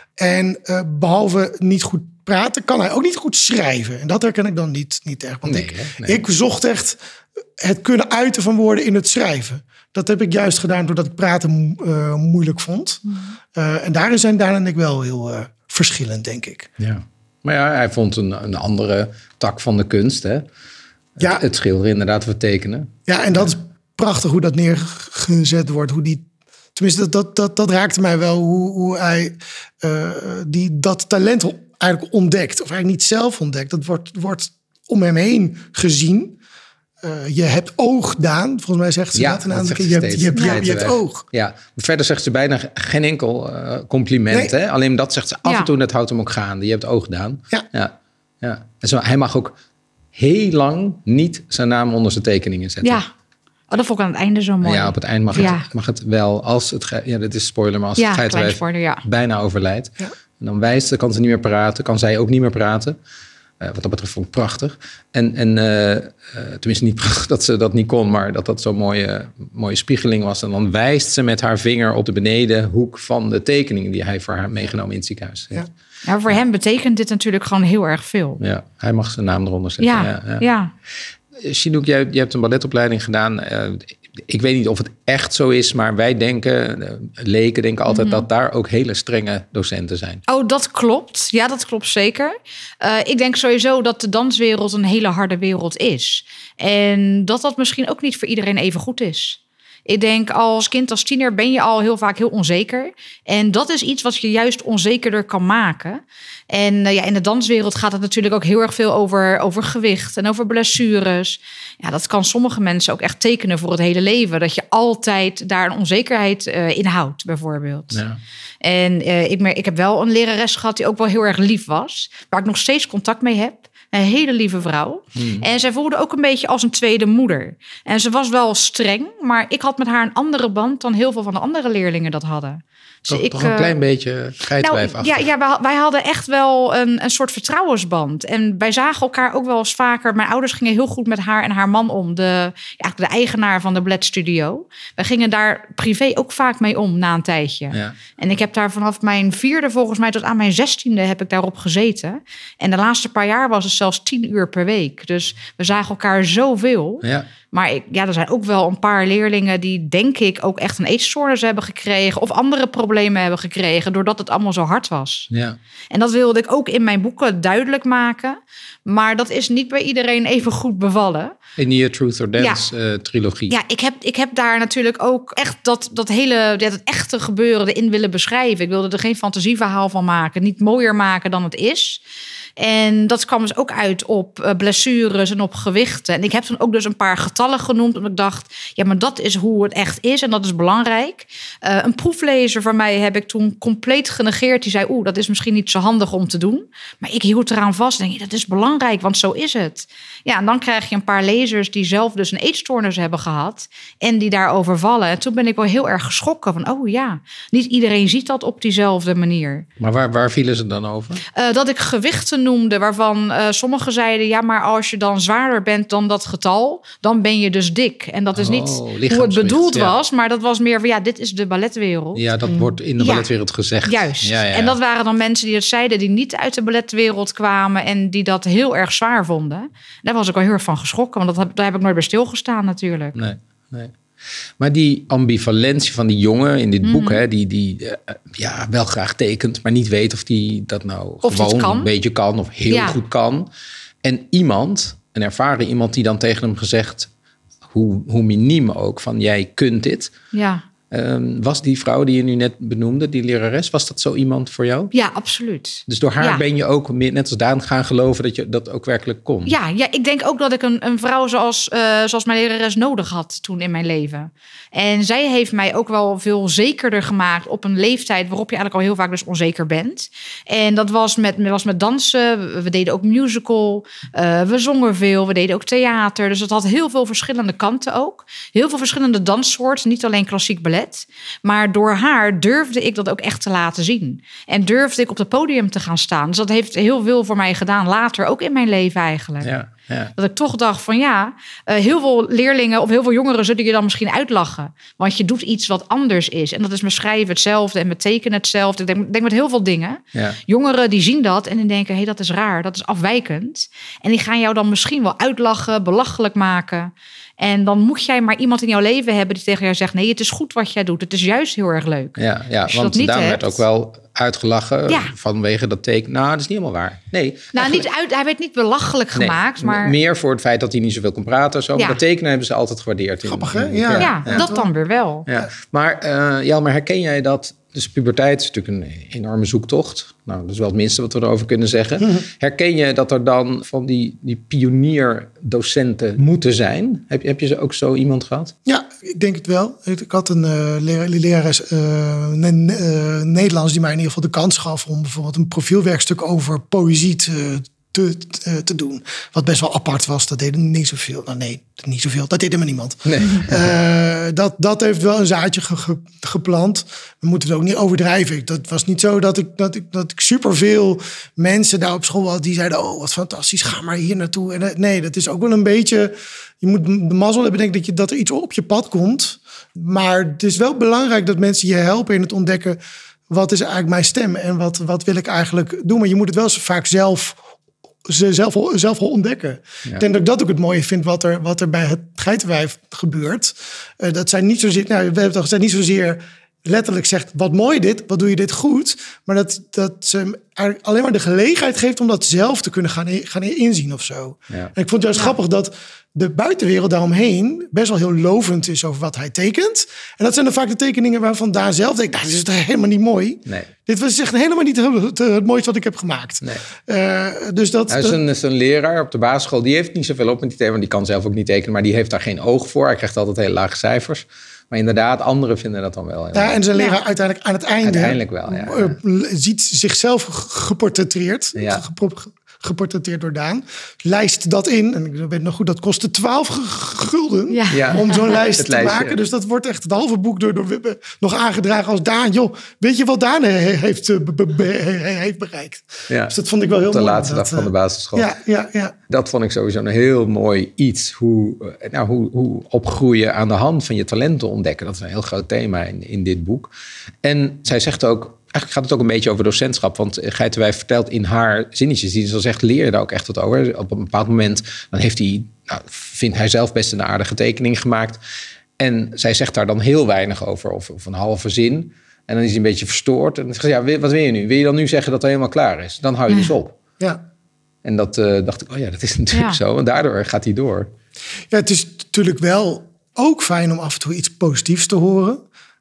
En uh, behalve niet goed praten, kan hij ook niet goed schrijven. En dat herken ik dan niet, niet echt. Want nee, ik, nee. ik zocht echt het kunnen uiten van woorden in het schrijven. Dat heb ik juist gedaan doordat ik praten uh, moeilijk vond. Mm. Uh, en daarin zijn Daan en ik wel heel uh, verschillend, denk ik. Ja. Maar ja, hij vond een, een andere tak van de kunst. Hè? Ja. Het, het schilderen inderdaad, het tekenen. Ja, en dat is prachtig hoe dat neergezet wordt. Hoe die, tenminste, dat, dat, dat, dat raakte mij wel. Hoe, hoe hij uh, die, dat talent eigenlijk ontdekt. Of eigenlijk niet zelf ontdekt. Dat wordt, wordt om hem heen gezien. Uh, je hebt oog, Daan. Volgens mij zegt ze ja, dat een aantal keer. Je hebt, je, hebt, ja. je hebt oog. Ja, verder zegt ze bijna geen enkel uh, compliment. Nee. Hè? Alleen dat zegt ze af ja. en toe, dat houdt hem ook gaande. Je hebt oog, Daan. Ja. Ja. Ja. En zo, hij mag ook heel lang niet zijn naam onder zijn tekeningen zetten. Ja. Oh, dat vond ik aan het einde zo mooi. Ja, op het eind mag, ja. het, mag het wel. Als het, ja, dit is spoiler, maar als ja, het geitwijf spoiler, ja. bijna overlijdt. Ja. En dan wijst, dan kan ze niet meer praten. Kan zij ook niet meer praten. Uh, wat dat betreft vond ik prachtig. En, en uh, uh, tenminste niet prachtig dat ze dat niet kon, maar dat dat zo'n mooie, mooie spiegeling was. En dan wijst ze met haar vinger op de benedenhoek van de tekeningen die hij voor haar meegenomen in het ziekenhuis heeft. Ja. Ja, voor hem betekent dit natuurlijk gewoon heel erg veel. Ja, hij mag zijn naam eronder zetten. Ja, ja. ja. ja. Chinook, jij, jij hebt een balletopleiding gedaan. Uh, ik weet niet of het echt zo is, maar wij denken, uh, leken denken altijd mm-hmm. dat daar ook hele strenge docenten zijn. Oh, dat klopt. Ja, dat klopt zeker. Uh, ik denk sowieso dat de danswereld een hele harde wereld is. En dat dat misschien ook niet voor iedereen even goed is. Ik denk als kind, als tiener ben je al heel vaak heel onzeker. En dat is iets wat je juist onzekerder kan maken. En uh, ja, in de danswereld gaat het natuurlijk ook heel erg veel over, over gewicht en over blessures. Ja, dat kan sommige mensen ook echt tekenen voor het hele leven. Dat je altijd daar een onzekerheid uh, in houdt, bijvoorbeeld. Ja. En uh, ik, ik heb wel een lerares gehad die ook wel heel erg lief was. Waar ik nog steeds contact mee heb. Een hele lieve vrouw. Hmm. En zij voelde ook een beetje als een tweede moeder. En ze was wel streng, maar ik had met haar een andere band dan heel veel van de andere leerlingen dat hadden. Dus toch, ik, toch een uh, klein beetje geitwijfachtig. Nou, ja, ja wij, wij hadden echt wel een, een soort vertrouwensband. En wij zagen elkaar ook wel eens vaker. Mijn ouders gingen heel goed met haar en haar man om. De, ja, de eigenaar van de Ballet Studio. Wij gingen daar privé ook vaak mee om na een tijdje. Ja. En ik heb daar vanaf mijn vierde volgens mij tot aan mijn zestiende heb ik daarop gezeten. En de laatste paar jaar was het zelfs tien uur per week. Dus we zagen elkaar zoveel. Ja. Maar ik, ja, er zijn ook wel een paar leerlingen die denk ik ook echt een eetstoornis hebben gekregen. Of andere problemen hebben gekregen doordat het allemaal zo hard was. Ja. En dat wilde ik ook in mijn boeken duidelijk maken. Maar dat is niet bij iedereen even goed bevallen. In die Truth or Dance ja. uh, trilogie. Ja, ik heb, ik heb daar natuurlijk ook echt dat, dat hele ja, dat echte gebeuren erin willen beschrijven. Ik wilde er geen fantasieverhaal van maken. Niet mooier maken dan het is. En dat kwam dus ook uit op uh, blessures en op gewichten. En ik heb toen ook dus een paar getallen genoemd. Omdat ik dacht, ja, maar dat is hoe het echt is. En dat is belangrijk. Uh, een proeflezer van mij heb ik toen compleet genegeerd. Die zei, oeh, dat is misschien niet zo handig om te doen. Maar ik hield eraan vast. En denk, dat is belangrijk, want zo is het. Ja, en dan krijg je een paar lezers die zelf dus een eetstoornis hebben gehad. En die daarover vallen. En toen ben ik wel heel erg geschrokken van, oh ja, niet iedereen ziet dat op diezelfde manier. Maar waar, waar vielen ze dan over? Uh, dat ik gewichten noemde, waarvan uh, sommigen zeiden, ja, maar als je dan zwaarder bent dan dat getal, dan ben je dus dik. En dat is oh, niet hoe het bedoeld ja. was, maar dat was meer van, ja, dit is de balletwereld. Ja, dat wordt in de ja. balletwereld gezegd. Juist. Ja, ja. En dat waren dan mensen die het zeiden, die niet uit de balletwereld kwamen en die dat heel erg zwaar vonden. Daar was ik al heel erg van geschrokken, want dat heb, daar heb ik nooit bij stilgestaan natuurlijk. Nee, nee. Maar die ambivalentie van die jongen in dit mm. boek, hè, die, die uh, ja, wel graag tekent, maar niet weet of die dat nou of gewoon kan. een beetje kan of heel ja. goed kan. En iemand, een ervaren iemand die dan tegen hem gezegd, hoe, hoe miniem ook, van jij kunt dit. Ja. Um, was die vrouw die je nu net benoemde, die lerares, was dat zo iemand voor jou? Ja, absoluut. Dus door haar ja. ben je ook, net als Daan, gaan geloven dat je dat ook werkelijk kon? Ja, ja, ik denk ook dat ik een, een vrouw zoals, uh, zoals mijn lerares nodig had toen in mijn leven. En zij heeft mij ook wel veel zekerder gemaakt op een leeftijd waarop je eigenlijk al heel vaak dus onzeker bent. En dat was met, was met dansen, we deden ook musical, uh, we zongen veel, we deden ook theater. Dus het had heel veel verschillende kanten ook. Heel veel verschillende danssoorten, niet alleen klassiek ballet. Maar door haar durfde ik dat ook echt te laten zien. En durfde ik op het podium te gaan staan. Dus dat heeft heel veel voor mij gedaan later, ook in mijn leven eigenlijk. Ja, ja. Dat ik toch dacht van ja, uh, heel veel leerlingen of heel veel jongeren zullen je dan misschien uitlachen. Want je doet iets wat anders is. En dat is met schrijven hetzelfde en met tekenen hetzelfde. Ik denk, denk met heel veel dingen. Ja. Jongeren die zien dat en die denken, hé, hey, dat is raar, dat is afwijkend. En die gaan jou dan misschien wel uitlachen, belachelijk maken. En dan moet jij maar iemand in jouw leven hebben die tegen jou zegt, nee, het is goed wat jij doet. Het is juist heel erg leuk. Ja, ja want daar werd ook wel uitgelachen ja. vanwege dat teken. Nou, dat is niet helemaal waar. Nee. Nou, niet uit, hij werd niet belachelijk gemaakt. Nee, maar meer voor het feit dat hij niet zoveel kon praten. Zo. Ja. Maar dat tekenen hebben ze altijd gewaardeerd. Grappig, hè? In, Ja, ja, ja, ja, dat dan weer wel. Ja. Maar uh, Jelmer, herken jij dat? Dus puberteit is natuurlijk een enorme zoektocht. Nou, dat is wel het minste wat we erover kunnen zeggen. Mm-hmm. Herken je dat er dan van die, die pionierdocenten moeten zijn? Heb, heb je ze ook zo iemand gehad? Ja, ik denk het wel. Ik had een uh, leraar, lerares uh, uh, Nederlands die mij in ieder geval de kans gaf om bijvoorbeeld een profielwerkstuk over poëzie te Te, te, te doen. Wat best wel apart was. Dat deden niet zoveel. Nou nee, niet zoveel. Dat deed helemaal niemand. Nee. Uh, dat, dat heeft wel een zaadje ge, ge, geplant. We moeten het ook niet overdrijven. Dat was niet zo dat ik, dat ik, dat ik superveel mensen daar op school had die zeiden, oh wat fantastisch, ga maar hier naartoe. En, nee, dat is ook wel een beetje, je moet de mazzel hebben, denk ik, dat, je, dat er iets op je pad komt. Maar het is wel belangrijk dat mensen je helpen in het ontdekken, wat is eigenlijk mijn stem en wat, wat wil ik eigenlijk doen. Maar je moet het wel zo vaak zelf ze zelf, zelf wel ontdekken. Ja. Ik denk dat ik dat ook het mooie vind wat er, wat er bij het geitenwijf gebeurt. Uh, dat zijn niet zozeer, nou, we hebben toch gezegd, niet zozeer letterlijk zegt, wat mooi dit, wat doe je dit goed. Maar dat, dat ze alleen maar de gelegenheid geeft om dat zelf te kunnen gaan, gaan inzien of zo. Ja. En ik vond het juist ja. grappig dat de buitenwereld daaromheen best wel heel lovend is over wat hij tekent. En dat zijn dan vaak de tekeningen waarvan daar zelf denkt, nou, dit is toch helemaal niet mooi. Nee. Dit was echt helemaal niet het, het mooiste wat ik heb gemaakt. Nee. Uh, dus dat, hij is een, is een leraar op de basisschool, die heeft niet zoveel op met die thema, die kan zelf ook niet tekenen, maar die heeft daar geen oog voor. Hij krijgt altijd hele lage cijfers. Maar inderdaad, anderen vinden dat dan wel. Ja, en zijn leraar ja. uiteindelijk aan het einde uiteindelijk wel, ja, ja. Uh, ziet zichzelf geportretteerd. Ja. Gepro- geportretteerd door Daan. Lijst dat in. En ik weet nog goed, dat kostte twaalf gulden ja. Ja. om zo'n lijst te lijstje. maken. Dus dat wordt echt het halve boek door, door Wibbe nog aangedragen als Daan. Joh, weet je wat Daan heeft, be, be, be, heeft bereikt? Ja. Dus dat vond ik wel heel Op de mooi. De laatste dag van de basisschool. Ja, ja, ja. Dat vond ik sowieso een heel mooi iets. Hoe, nou, hoe, hoe opgroeien aan de hand van je talenten ontdekken. Dat is een heel groot thema in, in dit boek. En zij zegt ook, eigenlijk gaat het ook een beetje over docentschap. Want Geitenwijf vertelt in haar zinnetjes, die ze zegt, leer je daar ook echt wat over. Op een bepaald moment, dan heeft hij, nou, vindt hij zelf best een aardige tekening gemaakt. En zij zegt daar dan heel weinig over, of, of een halve zin. En dan is hij een beetje verstoord. En dan zegt ze, ja, wat wil je nu? Wil je dan nu zeggen dat het helemaal klaar is? Dan hou je dus op. Ja. En dat uh, dacht ik, oh ja, dat is natuurlijk ja. zo. En daardoor gaat hij door. Ja, het is natuurlijk wel ook fijn om af en toe iets positiefs te horen.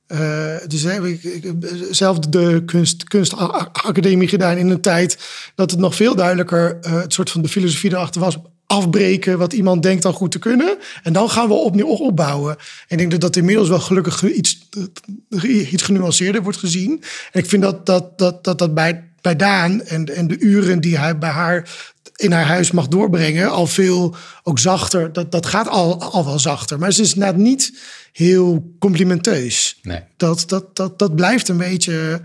Uh, dus heb ik, ik zelf de kunst, kunstacademie gedaan in een tijd dat het nog veel duidelijker uh, het soort van de filosofie erachter was. Afbreken wat iemand denkt al goed te kunnen. En dan gaan we opnieuw opbouwen. En ik denk dat dat inmiddels wel gelukkig iets, iets genuanceerder wordt gezien. En ik vind dat dat, dat, dat, dat bij, bij Daan en, en de uren die hij bij haar in haar huis mag doorbrengen, al veel ook zachter. Dat, dat gaat al, al wel zachter. Maar ze is inderdaad niet heel complimenteus. Nee. Dat, dat, dat, dat blijft een beetje.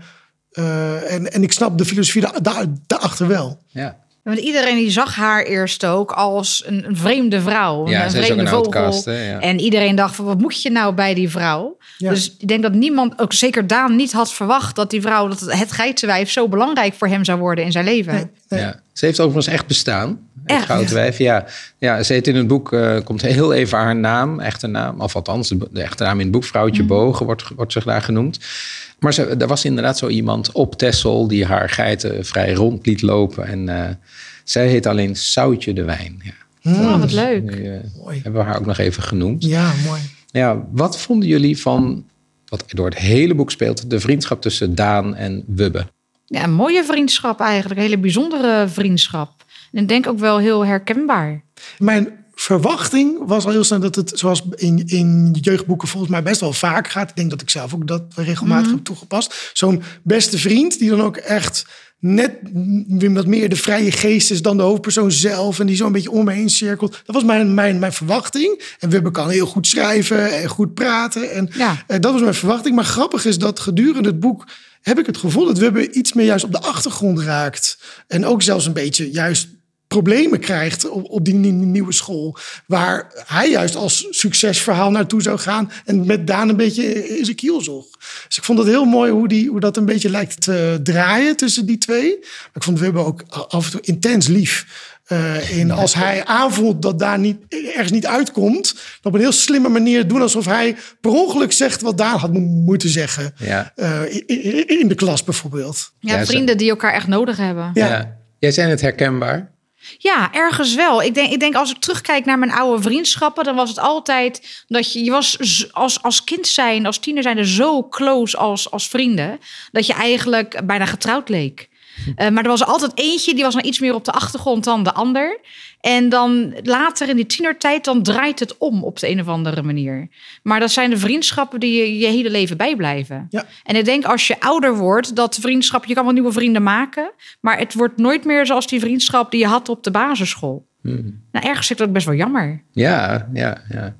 Uh, en, en ik snap de filosofie da, da, daarachter wel. Ja. Want iedereen die zag haar eerst ook als een, een vreemde vrouw. Ja, een ze is vreemde ook een vogel. outcast, hè, ja. En iedereen dacht van, wat moet je nou bij die vrouw? Ja. Dus ik denk dat niemand, ook zeker Daan, niet had verwacht dat die vrouw, dat het geitenwijf zo belangrijk voor hem zou worden in zijn leven. Nee, nee. Ja. Ze heeft overigens echt bestaan. Echt? Het Goudwijf, ja. Ja, ze heet in het boek, uh, komt heel even haar naam, echte naam. Of althans, de, de echte naam in het boek, Vrouwtje mm. Bogen, wordt, wordt zich daar genoemd. Maar ze, er was inderdaad zo iemand op Texel die haar geiten vrij rond liet lopen. En uh, zij heet alleen Zoutje de Wijn. Ja. Mm. Oh, wat leuk. Nu uh, hebben we haar ook nog even genoemd. Ja, mooi. Ja, wat vonden jullie van, wat door het hele boek speelt, de vriendschap tussen Daan en Wubbe? Ja, een mooie vriendschap eigenlijk. Een hele bijzondere vriendschap. En ik denk ook wel heel herkenbaar. Mijn verwachting was al heel snel dat het, zoals in, in jeugdboeken volgens mij best wel vaak gaat. Ik denk dat ik zelf ook dat regelmatig mm-hmm. heb toegepast. Zo'n beste vriend die dan ook echt net wat meer de vrije geest is dan de hoofdpersoon zelf. En die zo een beetje om me heen cirkelt. Dat was mijn, mijn, mijn verwachting. En Wubbe kan heel goed schrijven en goed praten. En ja. uh, dat was mijn verwachting. Maar grappig is dat gedurende het boek heb ik het gevoel dat Wubbe iets meer juist op de achtergrond raakt. En ook zelfs een beetje juist problemen krijgt op, op die nieuwe school. Waar hij juist als succesverhaal naartoe zou gaan. En met Daan een beetje in zijn kiel zocht. Dus ik vond het heel mooi hoe, die, hoe dat een beetje lijkt te draaien tussen die twee. Maar ik vond Wubbe ook af en toe intens lief. Uh, in als hij aanvoelt dat daar niet, ergens niet uitkomt, op een heel slimme manier doen alsof hij per ongeluk zegt wat Daan had mo- moeten zeggen. Ja. Uh, in, in de klas bijvoorbeeld. Ja, Ja, vrienden die elkaar echt nodig hebben. Ja. Ja. Jij zei het herkenbaar. Ja, ergens wel. Ik denk, ik denk als ik terugkijk naar mijn oude vriendschappen, dan was het altijd dat je, je was als, als kind zijn, als tiener zijn er zo close als, als vrienden, dat je eigenlijk bijna getrouwd leek. Uh, maar er was altijd eentje, die was nou iets meer op de achtergrond dan de ander. En dan later in die tienertijd, dan draait het om op de een of andere manier. Maar dat zijn de vriendschappen die je je hele leven bijblijven. Ja. En ik denk als je ouder wordt, dat vriendschap, je kan wel nieuwe vrienden maken, maar het wordt nooit meer zoals die vriendschap die je had op de basisschool. Hmm. Nou, ergens vind ik dat best wel jammer. Ja, ja, ja.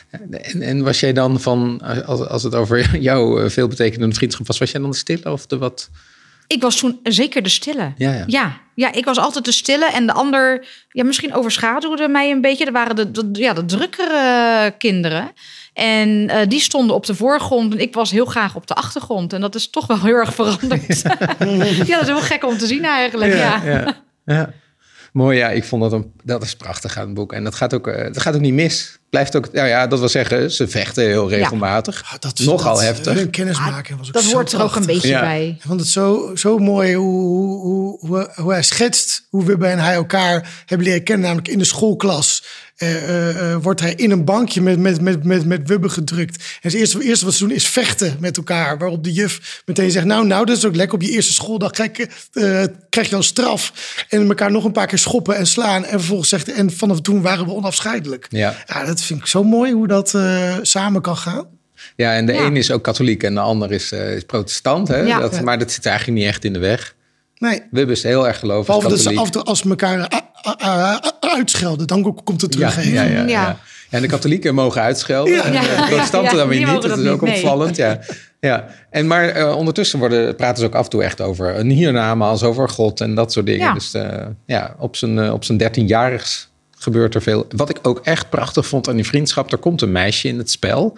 En, en was jij dan van, als, als het over jou veel betekenende vriendschap was, was jij dan de stille of de wat? Ik was toen zeker de stille. Ja, ja. Ja, ja, ik was altijd de stille. En de ander, ja, misschien overschaduwde mij een beetje. Er waren de, de, ja, de drukkere kinderen. En uh, die stonden op de voorgrond. En ik was heel graag op de achtergrond. En dat is toch wel heel erg veranderd. Ja, dat is heel gek om te zien eigenlijk. Ja, ja. ja, ja. Mooi, ja. Ik vond dat een, dat is prachtig aan het boek. En dat gaat ook, dat gaat ook niet mis. Blijft ook, nou ja, dat wil zeggen, ze vechten heel regelmatig. Ja, dat, Nogal dat, heftig. Hun kennismaking was ook dat zo hoort er ook een beetje ja. bij. Ik vond het zo, zo mooi hoe, hoe, hoe, hoe hij schetst hoe Wubbe en hij elkaar hebben leren kennen. Namelijk in de schoolklas uh, uh, uh, wordt hij in een bankje met, met, met, met, met Wubbe gedrukt. En het eerste, het eerste wat ze doen is vechten met elkaar. Waarop de juf meteen zegt, nou, nou, dat is ook lekker. Op je eerste schooldag krijg, uh, krijg je al straf. En elkaar nog een paar keer schoppen en slaan. En vervolgens zegt hij, en vanaf toen waren we onafscheidelijk. Ja. Ja, dat vind ik zo mooi hoe dat uh, samen kan gaan. Ja, en de ja. een is ook katholiek en de ander is, uh, is protestant. Hè? Ja. Dat, Ja. maar dat zit eigenlijk niet echt in de weg. Nee. Wubbe is heel erg gelovig Behalve dat katholiek. ze af en toe als ze elkaar uh, uh, uh, uitschelden, dan komt het terug. Ja, heen. ja, ja, Ja. ja. Ja, en de katholieken mogen uitschelden. Ja. En Ja. de protestanten Ja, dan weer die niet. mogen Dat dat is ook niet, nee. opvallend. Ja. Ja. En maar uh, ondertussen worden, praten ze ook af en toe echt over een hiernamaals, over God en dat soort dingen. Ja. Dus uh, ja, op zijn, uh, op zijn dertienjarigs gebeurt er veel. Wat ik ook echt prachtig vond aan die vriendschap, er komt een meisje in het spel.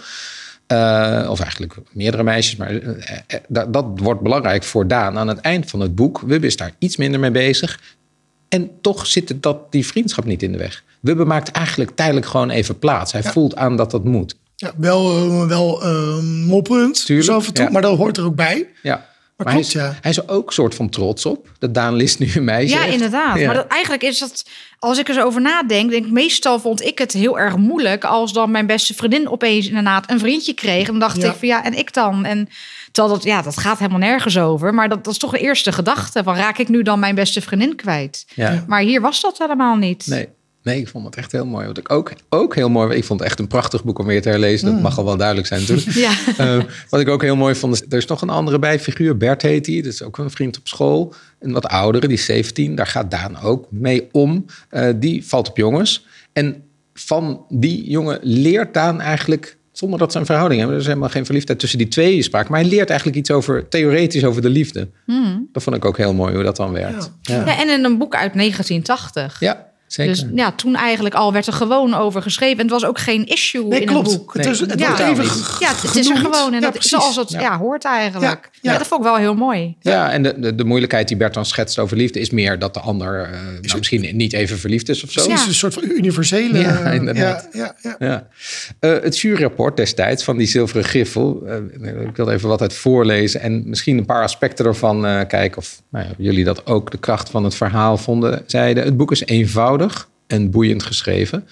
Uh, of eigenlijk meerdere meisjes, maar uh, uh, dat, dat wordt belangrijk voor Daan aan het eind van het boek. Wubbe is daar iets minder mee bezig. En toch zit het dat die vriendschap niet in de weg. Wubbe maakt eigenlijk tijdelijk gewoon even plaats. Hij Ja. voelt aan dat dat moet. Ja, wel, uh, wel uh, mopperend, Tuurlijk, zo af en toe, ja. maar dat hoort er ook bij. Ja, Maar, maar klopt, hij, is, ja. hij is er ook een soort van trots op. Dat Daan List nu een meisje Ja, heeft. inderdaad. Ja. Maar dat, eigenlijk is dat, als ik er zo over nadenk, denk ik, meestal vond ik het heel erg moeilijk als dan mijn beste vriendin opeens inderdaad een vriendje kreeg. En dan dacht Ja. ik van ja, en ik dan? En terwijl dat, ja, dat gaat helemaal nergens over. Maar dat, dat is toch een eerste gedachte van raak ik nu dan mijn beste vriendin kwijt? Ja. Maar hier was dat helemaal niet. Nee. Nee, ik vond het echt heel mooi. Wat ik ook, ook heel mooi... Ik vond het echt een prachtig boek om weer te herlezen. Dat Mm. mag al wel duidelijk zijn natuurlijk. Ja. Uh, wat ik ook heel mooi vond... Is, er is nog een andere bijfiguur. Bert heet hij. Dat is ook een vriend op school. Een wat oudere, die is zeventien. Daar gaat Daan ook mee om. Uh, die valt op jongens. En van die jongen leert Daan eigenlijk... zonder dat ze een verhouding hebben. Er is helemaal geen verliefdheid tussen die twee sprake. Maar hij leert eigenlijk iets over... theoretisch over de liefde. Hmm. Dat vond ik ook heel mooi hoe dat dan werkt. Ja. Ja, Ja, en in een boek uit negentien tachtig. ja zeker. Dus ja, toen eigenlijk al werd er gewoon over geschreven. En het was ook geen issue Nee, in klopt. het boek. Het, is, het Ja. wordt even niet. g- Ja, het is er genoemd. gewoon. En Ja, dat, precies. zoals het ja. Ja. hoort eigenlijk. Ja, Ja, ja. dat vond ik wel heel mooi. Ja, en de, de, de moeilijkheid die Bert dan schetst over liefde... is meer dat de ander uh, nou, misschien niet even verliefd is of zo. Precies, Ja. een soort van universele... Ja, eh, inderdaad. Ja, ja, ja. Ja. Uh, het juryrapport destijds van die Zilveren Griffel... Uh, ik wil even wat uit voorlezen... en misschien een paar aspecten ervan uh, kijken... of nou ja, jullie dat ook de kracht van het verhaal vonden. Zeiden, het boek is eenvoudig en boeiend geschreven.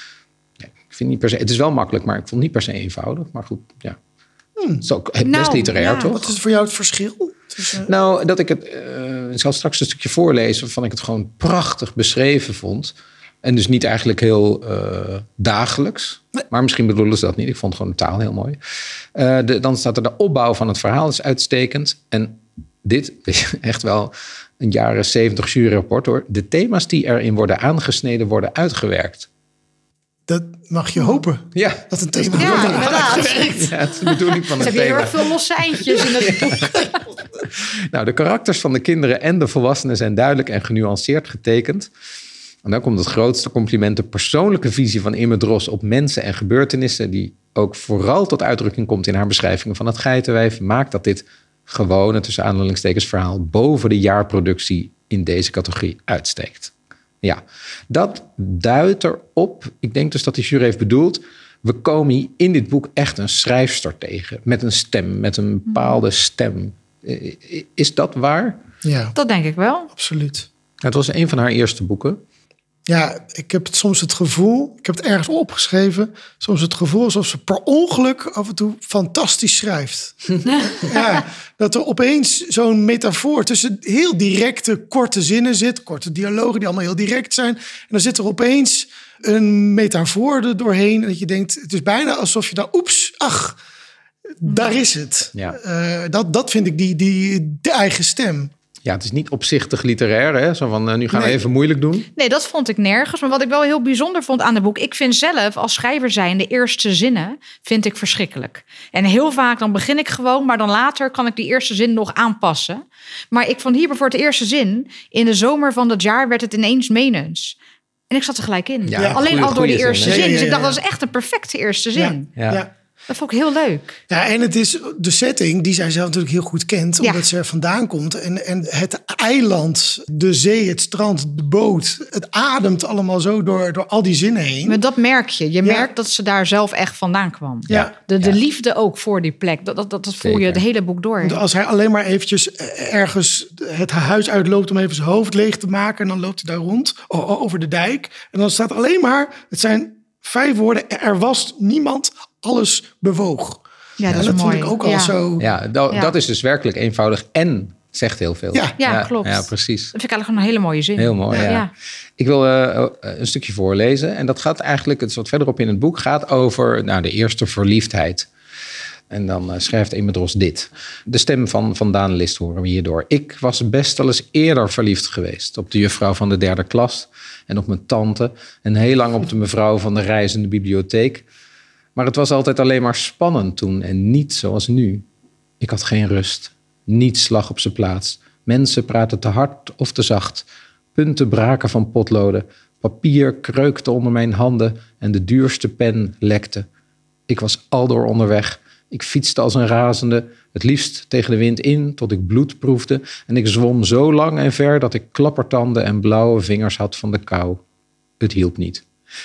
Ja, ik vind niet per se... Het is wel makkelijk, maar ik vond het niet per se eenvoudig. Maar goed, ja. Hmm. Het is ook best Nou, literair, ja. toch? Wat is voor jou het verschil? Tussen... Nou, dat ik het... Uh, ik zal straks een stukje voorlezen... waarvan ik het gewoon prachtig beschreven vond. En dus niet eigenlijk heel uh, dagelijks. Nee. Maar misschien bedoelen ze dat niet. Ik vond gewoon de taal heel mooi. Uh, de, dan staat er de opbouw van het verhaal is uitstekend. En dit is echt wel een jaren zeventig juryrapport, hoor. De thema's die erin worden aangesneden worden uitgewerkt. Dat mag je hopen. Ja. Dat een thema Ja, wordt inderdaad. uitgewerkt. Ja, het is de bedoeling van Ze het hebben heel thema. erg veel losse eindjes in het boek. Nou, de karakters van de kinderen en de volwassenen zijn duidelijk en genuanceerd getekend. En dan komt het grootste compliment, de persoonlijke visie van Imme Drost op mensen en gebeurtenissen, die ook vooral tot uitdrukking komt in haar beschrijvingen van het geitenwijf, maakt dat dit gewone, tussen aanhalingstekens, verhaal boven de jaarproductie in deze categorie uitsteekt. Ja, dat duidt erop, ik denk dus dat die jury heeft bedoeld, we komen hier in dit boek echt een schrijfster tegen, met een stem, met een bepaalde stem. Is dat waar? Ja, Dat denk ik wel. absoluut. Het was een van haar eerste boeken. Ja, ik heb het soms het gevoel, ik heb het ergens opgeschreven, soms het gevoel alsof ze per ongeluk af en toe fantastisch schrijft. Ja, dat er opeens zo'n metafoor tussen heel directe, korte zinnen zit, korte dialogen die allemaal heel direct zijn. En dan zit er opeens een metafoor er doorheen en dat je denkt, het is bijna alsof je dan, oeps, ach, daar is het. Ja. Uh, dat, dat vind ik die, die de eigen stem. Ja, het is niet opzichtig literair, hè? Zo van, uh, nu gaan Nee. we even moeilijk doen. Nee, dat vond ik nergens. Maar wat ik wel heel bijzonder vond aan het boek, ik vind zelf als schrijver zijn de eerste zinnen vind ik verschrikkelijk. En heel vaak dan begin ik gewoon, maar dan later kan ik die eerste zin nog aanpassen. Maar ik vond hier bijvoorbeeld de eerste zin, in de zomer van dat jaar werd het ineens menens. En ik zat er gelijk in. Ja, Alleen goeie- al door die goeie eerste zin, zin. hè? Ja, ja, Dus ik dacht, ja, dat ja. is echt een perfecte eerste zin. Ja. ja. Dat vond ik heel leuk. Ja, en het is de setting die zij zelf natuurlijk heel goed kent, omdat Ja. ze er vandaan komt. En, en het eiland, de zee, het strand, de boot, het ademt allemaal zo door, door al die zinnen heen. Maar dat merk je. Je merkt dat ze daar zelf echt vandaan kwam. Ja. De, de Ja. liefde ook voor die plek. Dat, dat, dat, dat voel je Zeker. het hele boek door. Want als hij alleen maar eventjes ergens het huis uitloopt om even zijn hoofd leeg te maken, en dan loopt hij daar rond o- o- over de dijk. En dan staat alleen maar, het zijn vijf woorden, er was niemand, alles bewoog. Ja, dat En is dat mooi. vond ik ook al Ja. zo. Ja, dat, Ja. dat is dus werkelijk eenvoudig en zegt heel veel. Ja. Ja, klopt. Ja, precies. Dat vind ik eigenlijk gewoon een hele mooie zin. Heel mooi, ja. Ja. Ik wil uh, een stukje voorlezen. En dat gaat eigenlijk, het is wat verderop in het boek, gaat over nou, de eerste verliefdheid. En dan uh, schrijft Imme Drost dit. De stem van, van Daan List horen we hierdoor. Ik was best al eens eerder verliefd geweest op de juffrouw van de derde klas en op mijn tante en heel lang op de mevrouw van de reizende bibliotheek. Maar het was altijd alleen maar spannend toen en niet zoals nu. Ik had geen rust, niets lag op zijn plaats. Mensen praten te hard of te zacht. Punten braken van potloden. Papier kreukte onder mijn handen en de duurste pen lekte. Ik was aldoor onderweg. Ik fietste als een razende, het liefst tegen de wind in tot ik bloed proefde. En ik zwom zo lang en ver dat ik klappertanden en blauwe vingers had van de kou. Het hielp niet.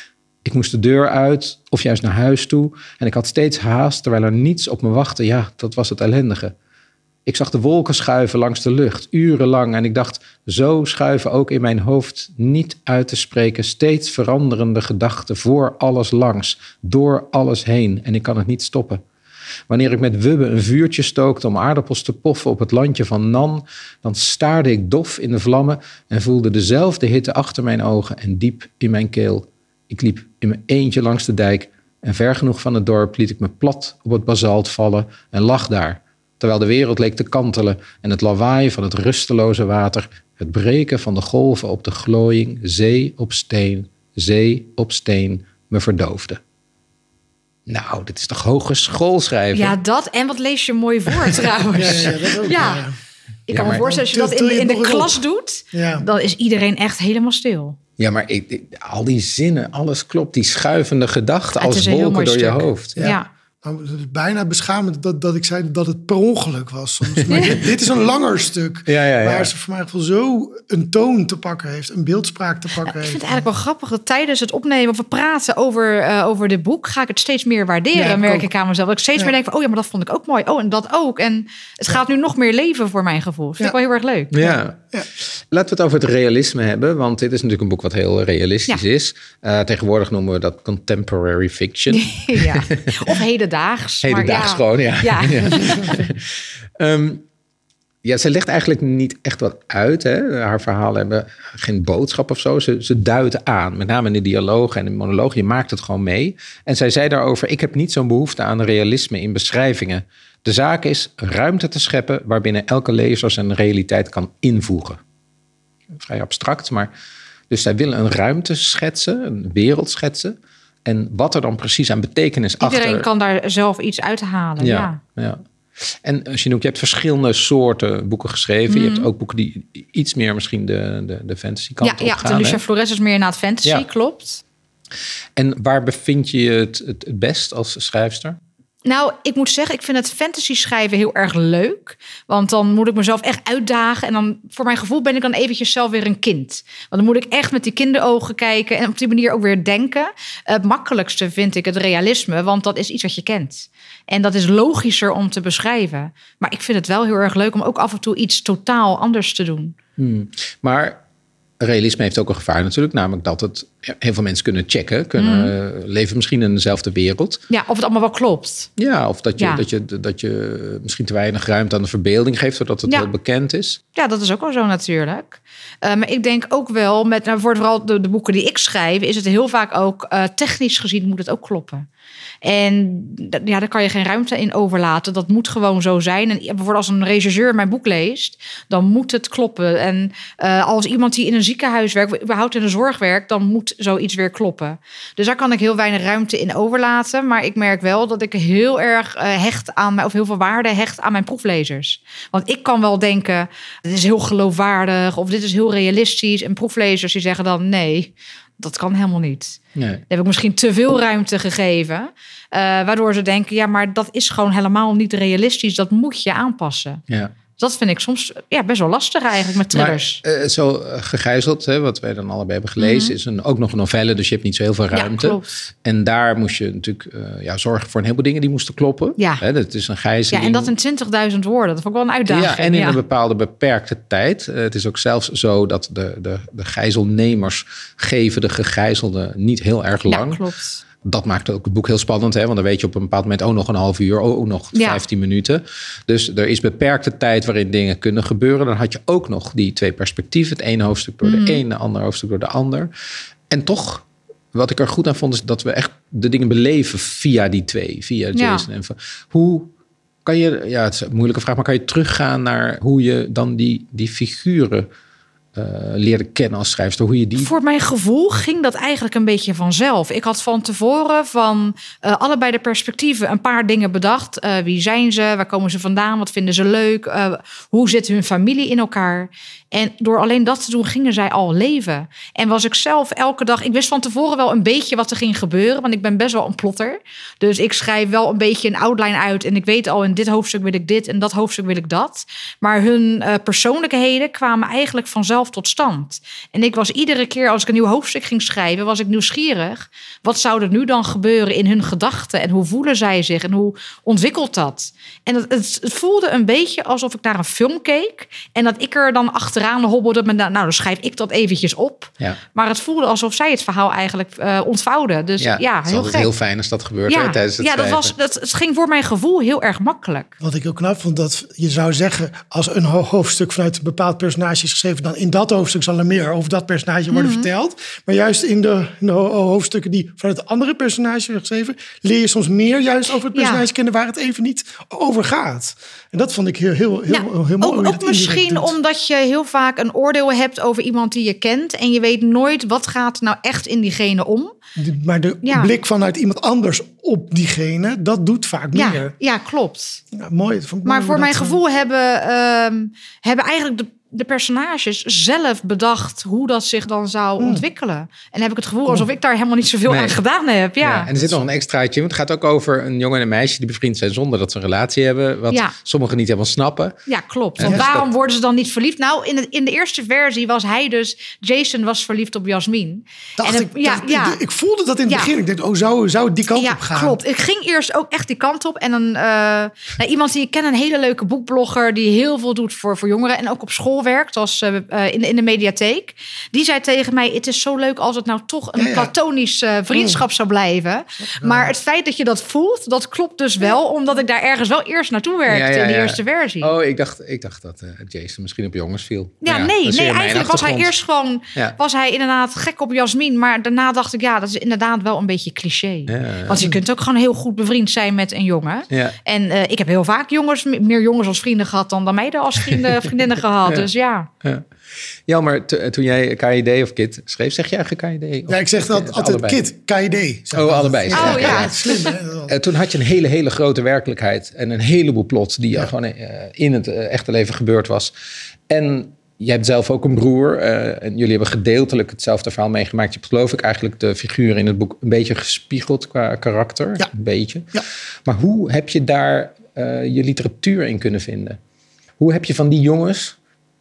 Ik moest de deur uit of juist naar huis toe en ik had steeds haast terwijl er niets op me wachtte. Ja, dat was het ellendige. Ik zag de wolken schuiven langs de lucht, urenlang. En ik dacht, zo schuiven ook in mijn hoofd niet uit te spreken steeds veranderende gedachten voor alles langs, door alles heen. En ik kan het niet stoppen. Wanneer ik met Wubbe een vuurtje stookte om aardappels te poffen op het landje van Nan, dan staarde ik dof in de vlammen en voelde dezelfde hitte achter mijn ogen en diep in mijn keel. Ik liep in mijn eentje langs de dijk en ver genoeg van het dorp liet ik me plat op het basalt vallen en lag daar, terwijl de wereld leek te kantelen en het lawaai van het rusteloze water, het breken van de golven op de glooiing, zee op steen, zee op steen, me verdoofde. Nou, dit is toch hogeschool schrijven? Ja, dat. En wat lees je mooi voor trouwens. Ja, ja, dat ook, ja. ja. Ik kan Ja, me voorstellen, als je dat in, in de klas doet, Ja. dan is iedereen echt helemaal stil. Ja, maar ik, ik- al die zinnen, alles klopt. Die schuivende gedachten Het is als een heel wolken mooi door je stuk. hoofd. Ja. ja. Nou, het is bijna beschamend dat, dat ik zei dat het per ongeluk was soms. Maar dit, dit is een langer stuk. Ja, ja, ja. Waar ze voor mij gevoel zo een toon te pakken heeft. Een beeldspraak te pakken Ik heeft. vind het eigenlijk wel grappig dat tijdens het opnemen of we praten over, uh, over dit boek, ga ik het steeds meer waarderen, Ja, ik merk ook. ik aan mezelf. Dat ik steeds Ja. meer denk van, oh ja, maar dat vond ik ook mooi. Oh, en dat ook. En het gaat nu nog meer leven voor mijn gevoel. Dat vind Ja. ik wel heel erg leuk. Ja. Ja. Laten we het over het realisme hebben, want dit is natuurlijk een boek wat heel realistisch Ja. is. Uh, tegenwoordig noemen we dat contemporary fiction. ja. Of hedendaags. maar Hedendaags ja. gewoon, ja. Ja. um, ja, ze legt eigenlijk niet echt wat uit. Hè? Haar verhalen hebben geen boodschap of zo. Ze, ze duidt aan, met name in de dialoog en de monoloog. Je maakt het gewoon mee. En zij zei daarover, ik heb niet zo'n behoefte aan realisme in beschrijvingen. De zaak is ruimte te scheppen waarbinnen elke lezer zijn realiteit kan invoegen. Vrij abstract, maar... Dus zij willen een ruimte schetsen, een wereld schetsen. En wat er dan precies aan betekenis achter... Iedereen kan daar zelf iets uithalen. Ja. Ja, ja. En als je noemt, je hebt verschillende soorten boeken geschreven. Mm. Je hebt ook boeken die iets meer misschien de, de, de fantasy kant Ja, op ja, gaan. de Lucia hè? Flores is meer naar het fantasy, Ja. klopt. En waar bevind je je het, het, het best als schrijfster? Nou, ik moet zeggen, ik vind het fantasy schrijven heel erg leuk. Want dan moet ik mezelf echt uitdagen. En dan, voor mijn gevoel, ben ik dan eventjes zelf weer een kind. Want dan moet ik echt met die kinderogen kijken. En op die manier ook weer denken. Het makkelijkste vind ik het realisme. Want dat is iets wat je kent. En dat is logischer om te beschrijven. Maar ik vind het wel heel erg leuk om ook af en toe iets totaal anders te doen. Hmm. Maar realisme heeft ook een gevaar natuurlijk. Namelijk dat het heel veel mensen kunnen checken. Kunnen Mm. uh, leven misschien in dezelfde wereld. Ja, of het allemaal wel klopt. Ja, of dat je, Ja. dat je, dat je misschien te weinig ruimte aan de verbeelding geeft. Zodat het Ja. heel bekend is. Ja, dat is ook wel zo natuurlijk. Uh, maar ik denk ook wel, met nou, voor vooral de, de boeken die ik schrijf, is het heel vaak ook uh, technisch gezien moet het ook kloppen. En ja, daar kan je geen ruimte in overlaten. Dat moet gewoon zo zijn. En bijvoorbeeld als een regisseur mijn boek leest, dan moet het kloppen. En uh, als iemand die in een ziekenhuis werkt, of überhaupt in de zorg werkt, dan moet zoiets weer kloppen. Dus daar kan ik heel weinig ruimte in overlaten. Maar ik merk wel dat ik heel erg uh, hecht aan mij, of heel veel waarde hecht aan mijn proeflezers. Want ik kan wel denken, dit is heel geloofwaardig, of dit is heel realistisch. En proeflezers die zeggen dan, nee, dat kan helemaal niet. Nee. Dan heb ik misschien te veel ruimte gegeven. Uh, waardoor ze denken, ja, maar dat is gewoon helemaal niet realistisch. Dat moet je aanpassen. Ja. Dat vind ik soms ja, best wel lastig eigenlijk met thrillers. Maar uh, zo uh, gegijzeld, hè, wat wij dan allebei hebben gelezen, Mm-hmm. is een, ook nog een novelle. Dus je hebt niet zo heel veel ruimte. Ja, klopt. En daar moest je natuurlijk uh, ja, zorgen voor een heleboel dingen die moesten kloppen. Ja. Hè, dat is een gijzeling. Ja, en dat in twintigduizend woorden. Dat vond ik wel een uitdaging. Ja, en in ja. een bepaalde beperkte tijd. Uh, het is ook zelfs zo dat de, de, de gijzelnemers geven de gegijzelden niet heel erg lang. Ja, klopt. Dat maakt ook het boek heel spannend, hè? Want dan weet je op een bepaald moment ook nog een half uur, ook nog Ja. vijftien minuten. Dus er is beperkte tijd waarin dingen kunnen gebeuren. Dan had je ook nog die twee perspectieven. Het ene hoofdstuk door Mm. de een, de andere hoofdstuk door de ander. En toch, wat ik er goed aan vond, is dat we echt de dingen beleven via die twee, via Jason Ja. en van. Hoe kan je, ja, het is een moeilijke vraag, maar kan je teruggaan naar hoe je dan die, die figuren Uh, leerde kennen als schrijfster, hoe je die... Voor mijn gevoel ging dat eigenlijk een beetje vanzelf. Ik had van tevoren van uh, allebei de perspectieven een paar dingen bedacht. Uh, wie zijn ze? Waar komen ze vandaan? Wat vinden ze leuk? Uh, hoe zit hun familie in elkaar? En door alleen dat te doen, gingen zij al leven. En was ik zelf elke dag... Ik wist van tevoren wel een beetje wat er ging gebeuren, want ik ben best wel een plotter. Dus ik schrijf wel een beetje een outline uit en ik weet al, in dit hoofdstuk wil ik dit en dat hoofdstuk wil ik dat. Maar hun uh, persoonlijkheden kwamen eigenlijk vanzelf zelf tot stand. En ik was iedere keer als ik een nieuw hoofdstuk ging schrijven, was ik nieuwsgierig. Wat zou er nu dan gebeuren in hun gedachten? En hoe voelen zij zich? En hoe ontwikkelt dat? En het, het, het voelde een beetje alsof ik naar een film keek. En dat ik er dan achteraan hobbelde. Met, nou, dan schrijf ik dat eventjes op. Ja. Maar het voelde alsof zij het verhaal eigenlijk uh, ontvouwden. Dus ja, ja heel gek. heel fijn als dat gebeurt. Ja, hè, tijdens het ja dat was, dat, het ging voor mijn gevoel heel erg makkelijk. Wat ik ook knap vond, dat je zou zeggen, als een ho- hoofdstuk vanuit een bepaald personage is geschreven, dan in dat hoofdstuk zal er meer over dat personage worden mm-hmm. verteld. Maar juist in de, in de ho- hoofdstukken die vanuit het andere personage worden geschreven, leer je soms meer juist over het personage ja. kennen waar het even niet over gaat. En dat vond ik heel, heel, heel, ja, heel, heel mooi. Ook, ook misschien omdat je heel vaak een oordeel hebt over iemand die je kent en je weet nooit wat gaat nou echt in diegene om. De, maar de ja. blik vanuit iemand anders op diegene, dat doet vaak ja, meer. Ja, klopt. Ja, mooi. Maar voor mijn gevoel hebben, uh, hebben eigenlijk de, de personages zelf bedacht hoe dat zich dan zou hmm. ontwikkelen. En heb ik het gevoel alsof ik daar helemaal niet zoveel nee. aan gedaan heb. Ja. Ja, en er zit nog een extraatje. Want het gaat ook over een jongen en een meisje die bevriend zijn zonder dat ze een relatie hebben. Wat ja. sommigen niet helemaal snappen. Ja, klopt. Want ja. waarom worden ze dan niet verliefd? Nou, in de, in de eerste versie was hij dus... Jason was verliefd op Jasmin. Dacht en ik, ja, dacht, ja. Ik, ik voelde dat in het ja. begin. Ik dacht, oh, zou, zou het die kant ja, op gaan? Klopt. Ik ging eerst ook echt die kant op. En een, uh, nou, iemand die ik ken, een hele leuke boekblogger... die heel veel doet voor, voor jongeren en ook op school werkt... als uh, in, de, in de mediatheek. Die zei tegen mij, het is zo leuk als het nou toch een ja, ja. platonische uh, vriendschap zou blijven. Ja. Maar het feit dat je dat voelt, dat klopt dus wel... omdat ik daar ergens wel eerst naartoe werkte ja, ja, ja. in de eerste versie. Oh, ik dacht, ik dacht dat uh, Jason misschien op jongens viel. Ja, ja nee, nee eigenlijk was hij eerst gewoon... Ja. was hij inderdaad gek op Jasmin. Maar daarna dacht ik, ja, dat is inderdaad wel een beetje cliché. Ja, ja. Want je kunt ook gewoon heel goed bevriend zijn met een jongen. Ja. En uh, ik heb heel vaak jongens, meer jongens als vrienden gehad... dan, dan meiden als vrienden, vriendinnen gehad. Ja. Dus ja. ja. Ja, maar t- toen jij K I D of Kid schreef, zeg je eigenlijk K I D? Ja, ik zeg dat altijd allebei. Kid, K I D. Oh, allebei. Oh, ja. ja. Slim, hè? Uh, toen had je een hele, hele grote werkelijkheid en een heleboel plot die ja. gewoon uh, in het uh, echte leven gebeurd was. En je hebt zelf ook een broer uh, en jullie hebben gedeeltelijk hetzelfde verhaal meegemaakt. Je hebt geloof ik eigenlijk de figuren in het boek een beetje gespiegeld qua karakter. Ja. Een beetje. Ja. Maar hoe heb je daar uh, je literatuur in kunnen vinden? Hoe heb je van die jongens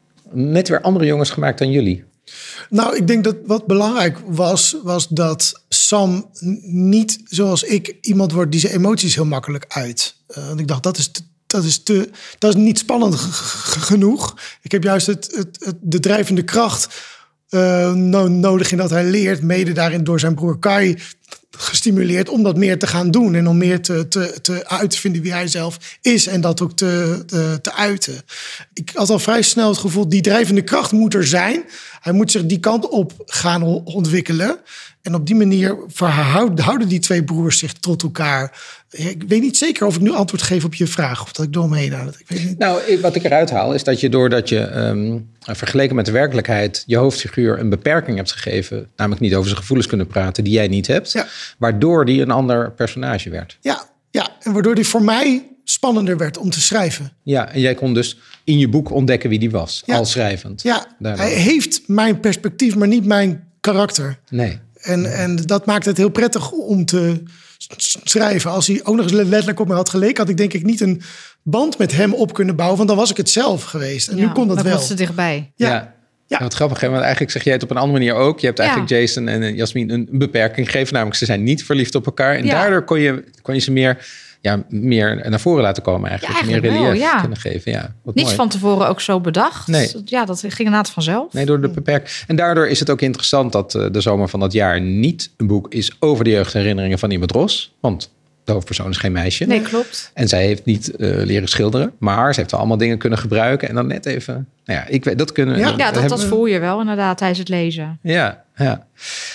net weer andere jongens gemaakt dan jullie? Nou, ik denk dat wat belangrijk was, was dat Sam niet zoals ik iemand wordt die zijn emoties heel makkelijk uit. Uh, want ik dacht, dat is te, dat is te, dat is niet spannend g- g- genoeg. Ik heb juist het, het, het, de drijvende kracht uh, no- nodig in dat hij leert, mede daarin door zijn broer Kai gestimuleerd om dat meer te gaan doen en om meer te, te, te uit te vinden wie hij zelf is en dat ook te, te, te uiten. Ik had al vrij snel het gevoel, die drijvende kracht moet er zijn. Hij moet zich die kant op gaan ontwikkelen. En op die manier verhouden die twee broers zich tot elkaar. Ik weet niet zeker of ik nu antwoord geef op je vraag. Of dat ik door me heen haal. Ik weet niet. Nou, wat ik eruit haal is dat je doordat je um, vergeleken met de werkelijkheid je hoofdfiguur een beperking hebt gegeven. Namelijk niet over zijn gevoelens kunnen praten die jij niet hebt. Ja. Waardoor die een ander personage werd. Ja, ja, en waardoor die voor mij spannender werd om te schrijven. Ja, en jij kon dus in je boek ontdekken wie die was. Ja. Al schrijvend. Ja, daardoor. Hij heeft mijn perspectief, maar niet mijn karakter. Nee. En, en dat maakt het heel prettig om te schrijven. Als hij ook nog eens letterlijk op me had geleken, had ik denk ik niet een band met hem op kunnen bouwen. Want dan was ik het zelf geweest. En ja, nu kon dat wel. Was ze dichtbij. Ja. ja. Ja. Ja, wat grappig, hè? Want eigenlijk zeg jij het op een andere manier ook. Je hebt eigenlijk ja. Jason en Jasmin een beperking gegeven. Namelijk, ze zijn niet verliefd op elkaar. En ja. daardoor kon je, kon je ze meer, ja, meer naar voren laten komen eigenlijk. Ja, eigenlijk meer relief wel, ja. kunnen geven. Ja, wat Niet mooi. van tevoren ook zo bedacht. Nee. Ja, dat ging inderdaad vanzelf. Nee, door de beperking. En daardoor is het ook interessant dat uh, de zomer van dat jaar niet een boek is over de jeugdherinneringen van Imet Ros. Want de hoofdpersoon is geen meisje. Nee, klopt. En zij heeft niet uh, leren schilderen. Maar ze heeft wel allemaal dingen kunnen gebruiken. En dan net even... Nou ja, ik weet, dat kunnen... Ja, ja dat, hebben, dat voel je wel inderdaad tijdens het lezen. Ja, ja.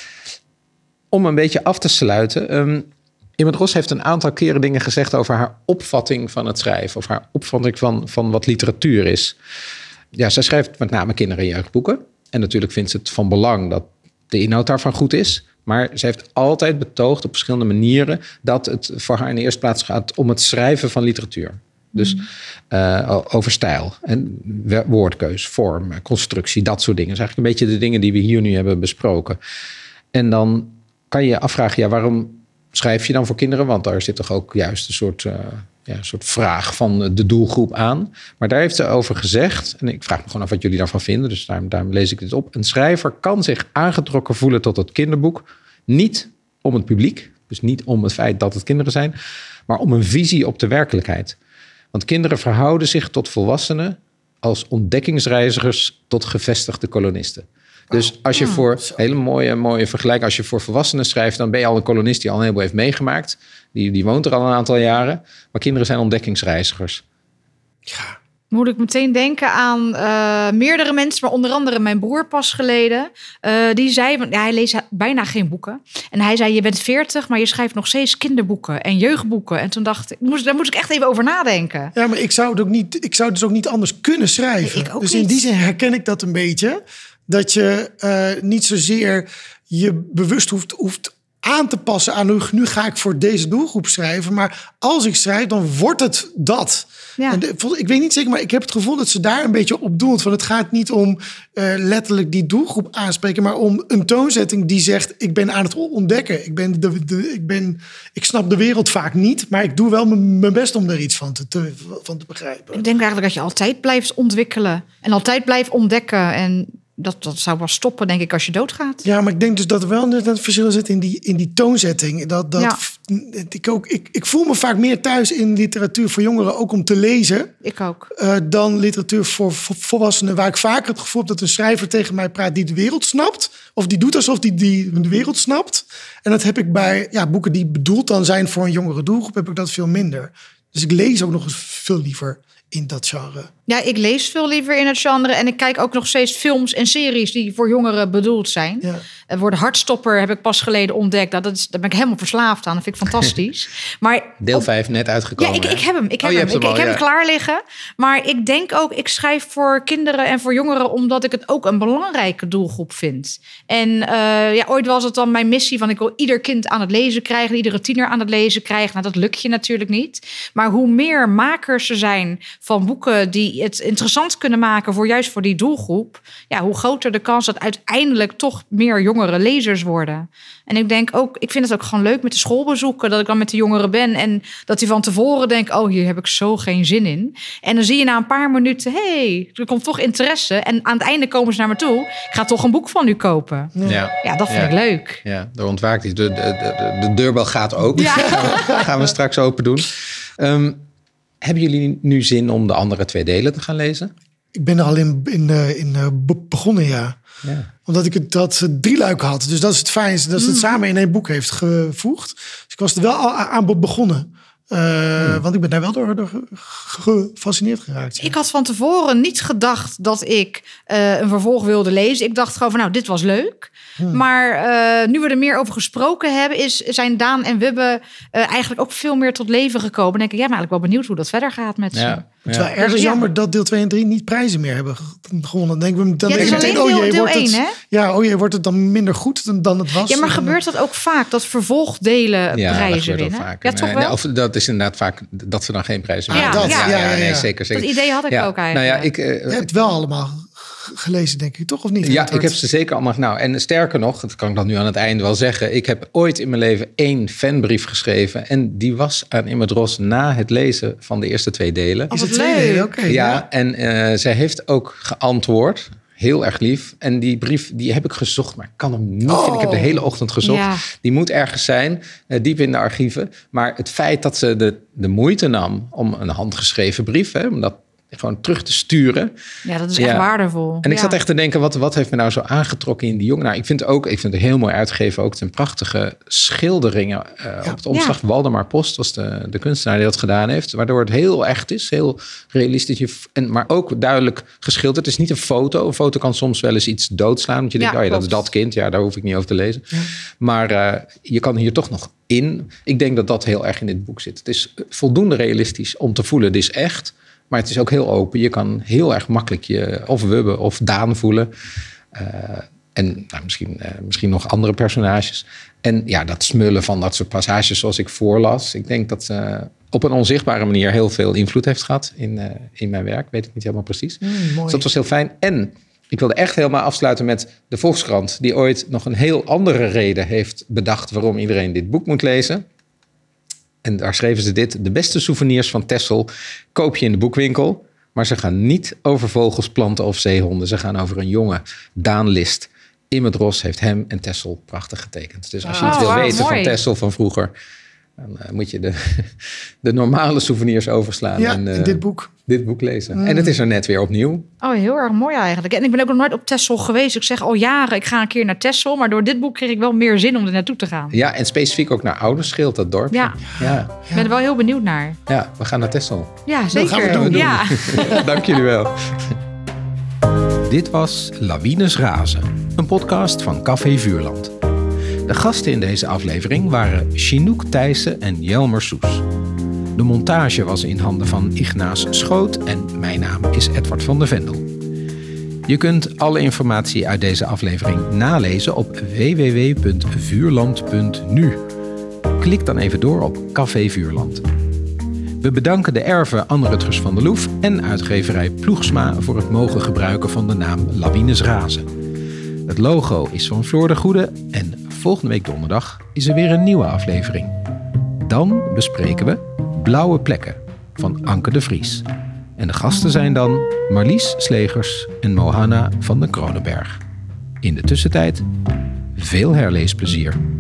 Om een beetje af te sluiten. Um, Imet Ros heeft een aantal keren dingen gezegd over haar opvatting van het schrijven. Of haar opvatting van, van wat literatuur is. Ja, zij schrijft met name kinder- en jeugdboeken. En natuurlijk vindt ze het van belang dat de inhoud daarvan goed is. Maar ze heeft altijd betoogd op verschillende manieren dat het voor haar in de eerste plaats gaat om het schrijven van literatuur. Dus uh, over stijl en woordkeus, vorm, constructie, dat soort dingen. Dat is eigenlijk een beetje de dingen die we hier nu hebben besproken. En dan kan je je afvragen, ja, waarom schrijf je dan voor kinderen? Want daar zit toch ook juist een soort uh, ja, een soort vraag van de doelgroep aan. Maar daar heeft ze over gezegd, en ik vraag me gewoon af wat jullie daarvan vinden, dus daarom, daarom lees ik dit op. Een schrijver kan zich aangetrokken voelen tot het kinderboek, niet om het publiek, dus niet om het feit dat het kinderen zijn, maar om een visie op de werkelijkheid. Want kinderen verhouden zich tot volwassenen als ontdekkingsreizigers tot gevestigde kolonisten. Dus als je voor, hele mooie, mooie vergelijking, als je voor volwassenen schrijft, dan ben je al een kolonist die al een heleboel heeft meegemaakt. Die, die woont er al een aantal jaren. Maar kinderen zijn ontdekkingsreizigers. Ja. Moet ik meteen denken aan uh, meerdere mensen, maar onder andere mijn broer pas geleden. Uh, die zei, want ja, hij leest bijna geen boeken. En hij zei, je bent veertig, maar je schrijft nog steeds kinderboeken en jeugdboeken. En toen dacht ik, moest, daar moest ik echt even over nadenken. Ja, maar ik zou het ook niet, ik zou dus ook niet anders kunnen schrijven. Nee, ik ook dus niet. in die zin herken ik dat een beetje. Dat je uh, niet zozeer je bewust hoeft, hoeft aan te passen aan nu, nu ga ik voor deze doelgroep schrijven. Maar als ik schrijf, dan wordt het dat. Ja. En de, ik weet niet zeker, maar ik heb het gevoel dat ze daar een beetje op doelt. Van het gaat niet om uh, letterlijk die doelgroep aanspreken, maar om een toonzetting die zegt, ik ben aan het ontdekken. Ik, ben de, de, ik, ben, ik snap de wereld vaak niet, maar ik doe wel mijn best om er iets van te, te, van te begrijpen. Ik denk eigenlijk dat je altijd blijft ontwikkelen en altijd blijft ontdekken. En dat, dat zou wel stoppen, denk ik, als je doodgaat. Ja, maar ik denk dus dat er wel een verschil zit in die, in die toonzetting. Dat, dat, Ja. ik, ook, ik, ik voel me vaak meer thuis in literatuur voor jongeren, ook om te lezen. Ik ook. Uh, dan literatuur voor, voor volwassenen, waar ik vaker het gevoel heb dat een schrijver tegen mij praat die de wereld snapt. Of die doet alsof die, die de wereld snapt. En dat heb ik bij ja, boeken die bedoeld dan zijn voor een jongere doelgroep, heb ik dat veel minder. Dus ik lees ook nog eens veel liever in dat genre. Ja, ik lees veel liever in het genre. En ik kijk ook nog steeds films en series die voor jongeren bedoeld zijn. Ja. Het woord Hartstopper heb ik pas geleden ontdekt. Dat is, daar ben ik helemaal verslaafd aan. Dat vind ik fantastisch. Maar Deel op, vijf net uitgekomen. Ja, ik, ik heb hem. Ik heb Oh, je hem. hebt Ik, hem al, ik heb ja. hem klaar liggen. Maar ik denk ook, ik schrijf voor kinderen en voor jongeren omdat ik het ook een belangrijke doelgroep vind. En uh, ja, ooit was het dan mijn missie van ik wil ieder kind aan het lezen krijgen, iedere tiener aan het lezen krijgen. Nou, dat lukt je natuurlijk niet. Maar hoe meer makers er zijn van boeken die het interessant kunnen maken voor juist voor die doelgroep, ja, hoe groter de kans dat uiteindelijk toch meer jongere lezers worden. En ik denk ook, ik vind het ook gewoon leuk met de schoolbezoeken, dat ik dan met de jongeren ben en dat die van tevoren denken, oh, hier heb ik zo geen zin in. En dan zie je na een paar minuten, hé, hey, er komt toch interesse. En aan het einde komen ze naar me toe, ik ga toch een boek van u kopen. Ja, Ja, dat vind ja. ik leuk. Ja, er ontwaakt iets. De, de, de, de deurbel gaat ook. Ja. Gaan we straks open doen. Um, hebben jullie nu zin om de andere twee delen te gaan lezen? Ik ben er al in, in, uh, in uh, be- begonnen, ja. Ja. Omdat ik het dat uh, drieluik had. Dus dat is het fijnste. Dat ze het samen in één boek heeft gevoegd. Dus ik was er wel al aan be- begonnen. Uh, hmm. Want ik ben daar wel door, door gefascineerd geraakt. Ja. Ik had van tevoren niet gedacht dat ik uh, een vervolg wilde lezen. Ik dacht gewoon van, nou, dit was leuk. Hmm. Maar uh, nu we er meer over gesproken hebben, is, zijn Daan en Wubbe uh, eigenlijk ook veel meer tot leven gekomen. En denk ik, ja, maar eigenlijk wel benieuwd hoe dat verder gaat met ze. Ja. Het is wel erg dus, jammer ja. dat deel twee en drie niet prijzen meer hebben gewonnen. Dan denken we dan ja, denk het is ik alleen meteen, deel, oh jee, deel wordt één, het, hè? ja, oh jee, wordt het dan minder goed dan, dan het was? Ja, maar gebeurt dat ook vaak, dat vervolgdelen Ja, prijzen dat winnen? vaak. Ja, toch Nee, wel? nee, of dat is inderdaad vaak dat ze dan geen prijzen Ah, meer dat, hebben. ja, ja, ja, nee, ja. zeker, zeker. Dat idee had ik ja. ook eigenlijk. Nou ja, ik, uh, Je hebt wel allemaal gelezen, denk ik, toch? Of niet? Ja, ik heb ze zeker allemaal. Nou, en sterker nog, dat kan ik dan nu aan het einde wel zeggen. Ik heb ooit in mijn leven één fanbrief geschreven. En die was aan Imma Drost na het lezen van de eerste twee delen. Is het wat twee leuk. delen? Oké. Ja, ja. en uh, zij heeft ook geantwoord. Heel erg lief. En die brief, die heb ik gezocht, maar ik kan hem niet Oh. vinden. Ik heb de hele ochtend gezocht. Ja. Die moet ergens zijn, uh, diep in de archieven. Maar het feit dat ze de, de moeite nam om een handgeschreven brief, hè, om dat gewoon terug te sturen. Ja, dat is echt Ja. waardevol. En ik ja. zat echt te denken, wat, wat heeft me nou zo aangetrokken in die jongen? Nou, ik vind ook, ik vind het heel mooi uitgegeven. Ook ten prachtige schilderingen uh, ja. op het omslag. Ja. Waldemar Post was de, de kunstenaar die dat gedaan heeft. Waardoor het heel echt is, heel realistisch. En, maar ook duidelijk geschilderd. Het is niet een foto. Een foto kan soms wel eens iets doodslaan. Want je denkt, Ja, oh ja, dat is klopt. dat kind. Ja, daar hoef ik niet over te lezen. Ja. Maar uh, je kan hier toch nog in. Ik denk dat dat heel erg in dit boek zit. Het is voldoende realistisch om te voelen, dit is echt. Maar het is ook heel open. Je kan heel erg makkelijk je of Wubbe of Daan voelen. Uh, en nou, misschien, uh, misschien nog andere personages. En ja, dat smullen van dat soort passages zoals ik voorlas. Ik denk dat uh, op een onzichtbare manier heel veel invloed heeft gehad in, uh, in mijn werk. Weet ik niet helemaal precies. Mm, mooi. Dus dat was heel fijn. En ik wilde echt helemaal afsluiten met de Volkskrant. Die ooit nog een heel andere reden heeft bedacht waarom iedereen dit boek moet lezen. En daar schreven ze dit. De beste souvenirs van Texel koop je in de boekwinkel. Maar ze gaan niet over vogels, planten of zeehonden. Ze gaan over een jongen, Daan List. Immet Ros heeft hem en Texel prachtig getekend. Dus als je Oh, iets wil wow, weten mooi. van Texel van vroeger... dan uh, moet je de, de normale souvenirs overslaan. Ja, en uh, in dit boek. dit boek lezen. Mm. En het is er net weer opnieuw. Oh, heel erg mooi eigenlijk. En ik ben ook nog nooit op Texel geweest. Ik zeg al jaren, ik ga een keer naar Texel. Maar door dit boek kreeg ik wel meer zin om er naartoe te gaan. Ja, en specifiek ook naar Ouderschild, dat dorp. Ja, Ja, ik ben er wel heel benieuwd naar. ja, we gaan naar Texel. Ja, zeker. gaan we doen. Ja. Dank jullie wel. Dit was Lawines Razen, een podcast van Café Vuurland. De gasten in deze aflevering waren Chinook Thijssen en Jelmer Soes. De montage was in handen van Ignaas Schoot en mijn naam is Edward van der Vendel. Je kunt alle informatie uit deze aflevering nalezen op w w w punt vuurland punt n u. Klik dan even door op Café Vuurland. We bedanken de erven Anne Rutgers van der Loef en uitgeverij Ploegsma voor het mogen gebruiken van de naam Lawines Razen. Het logo is van Floor de Goede en volgende week donderdag is er weer een nieuwe aflevering. Dan bespreken we Blauwe Plekken van Anke de Vries. En de gasten zijn dan Marlies Slegers en Mohanna van den Kronenberg. In de tussentijd veel herleesplezier.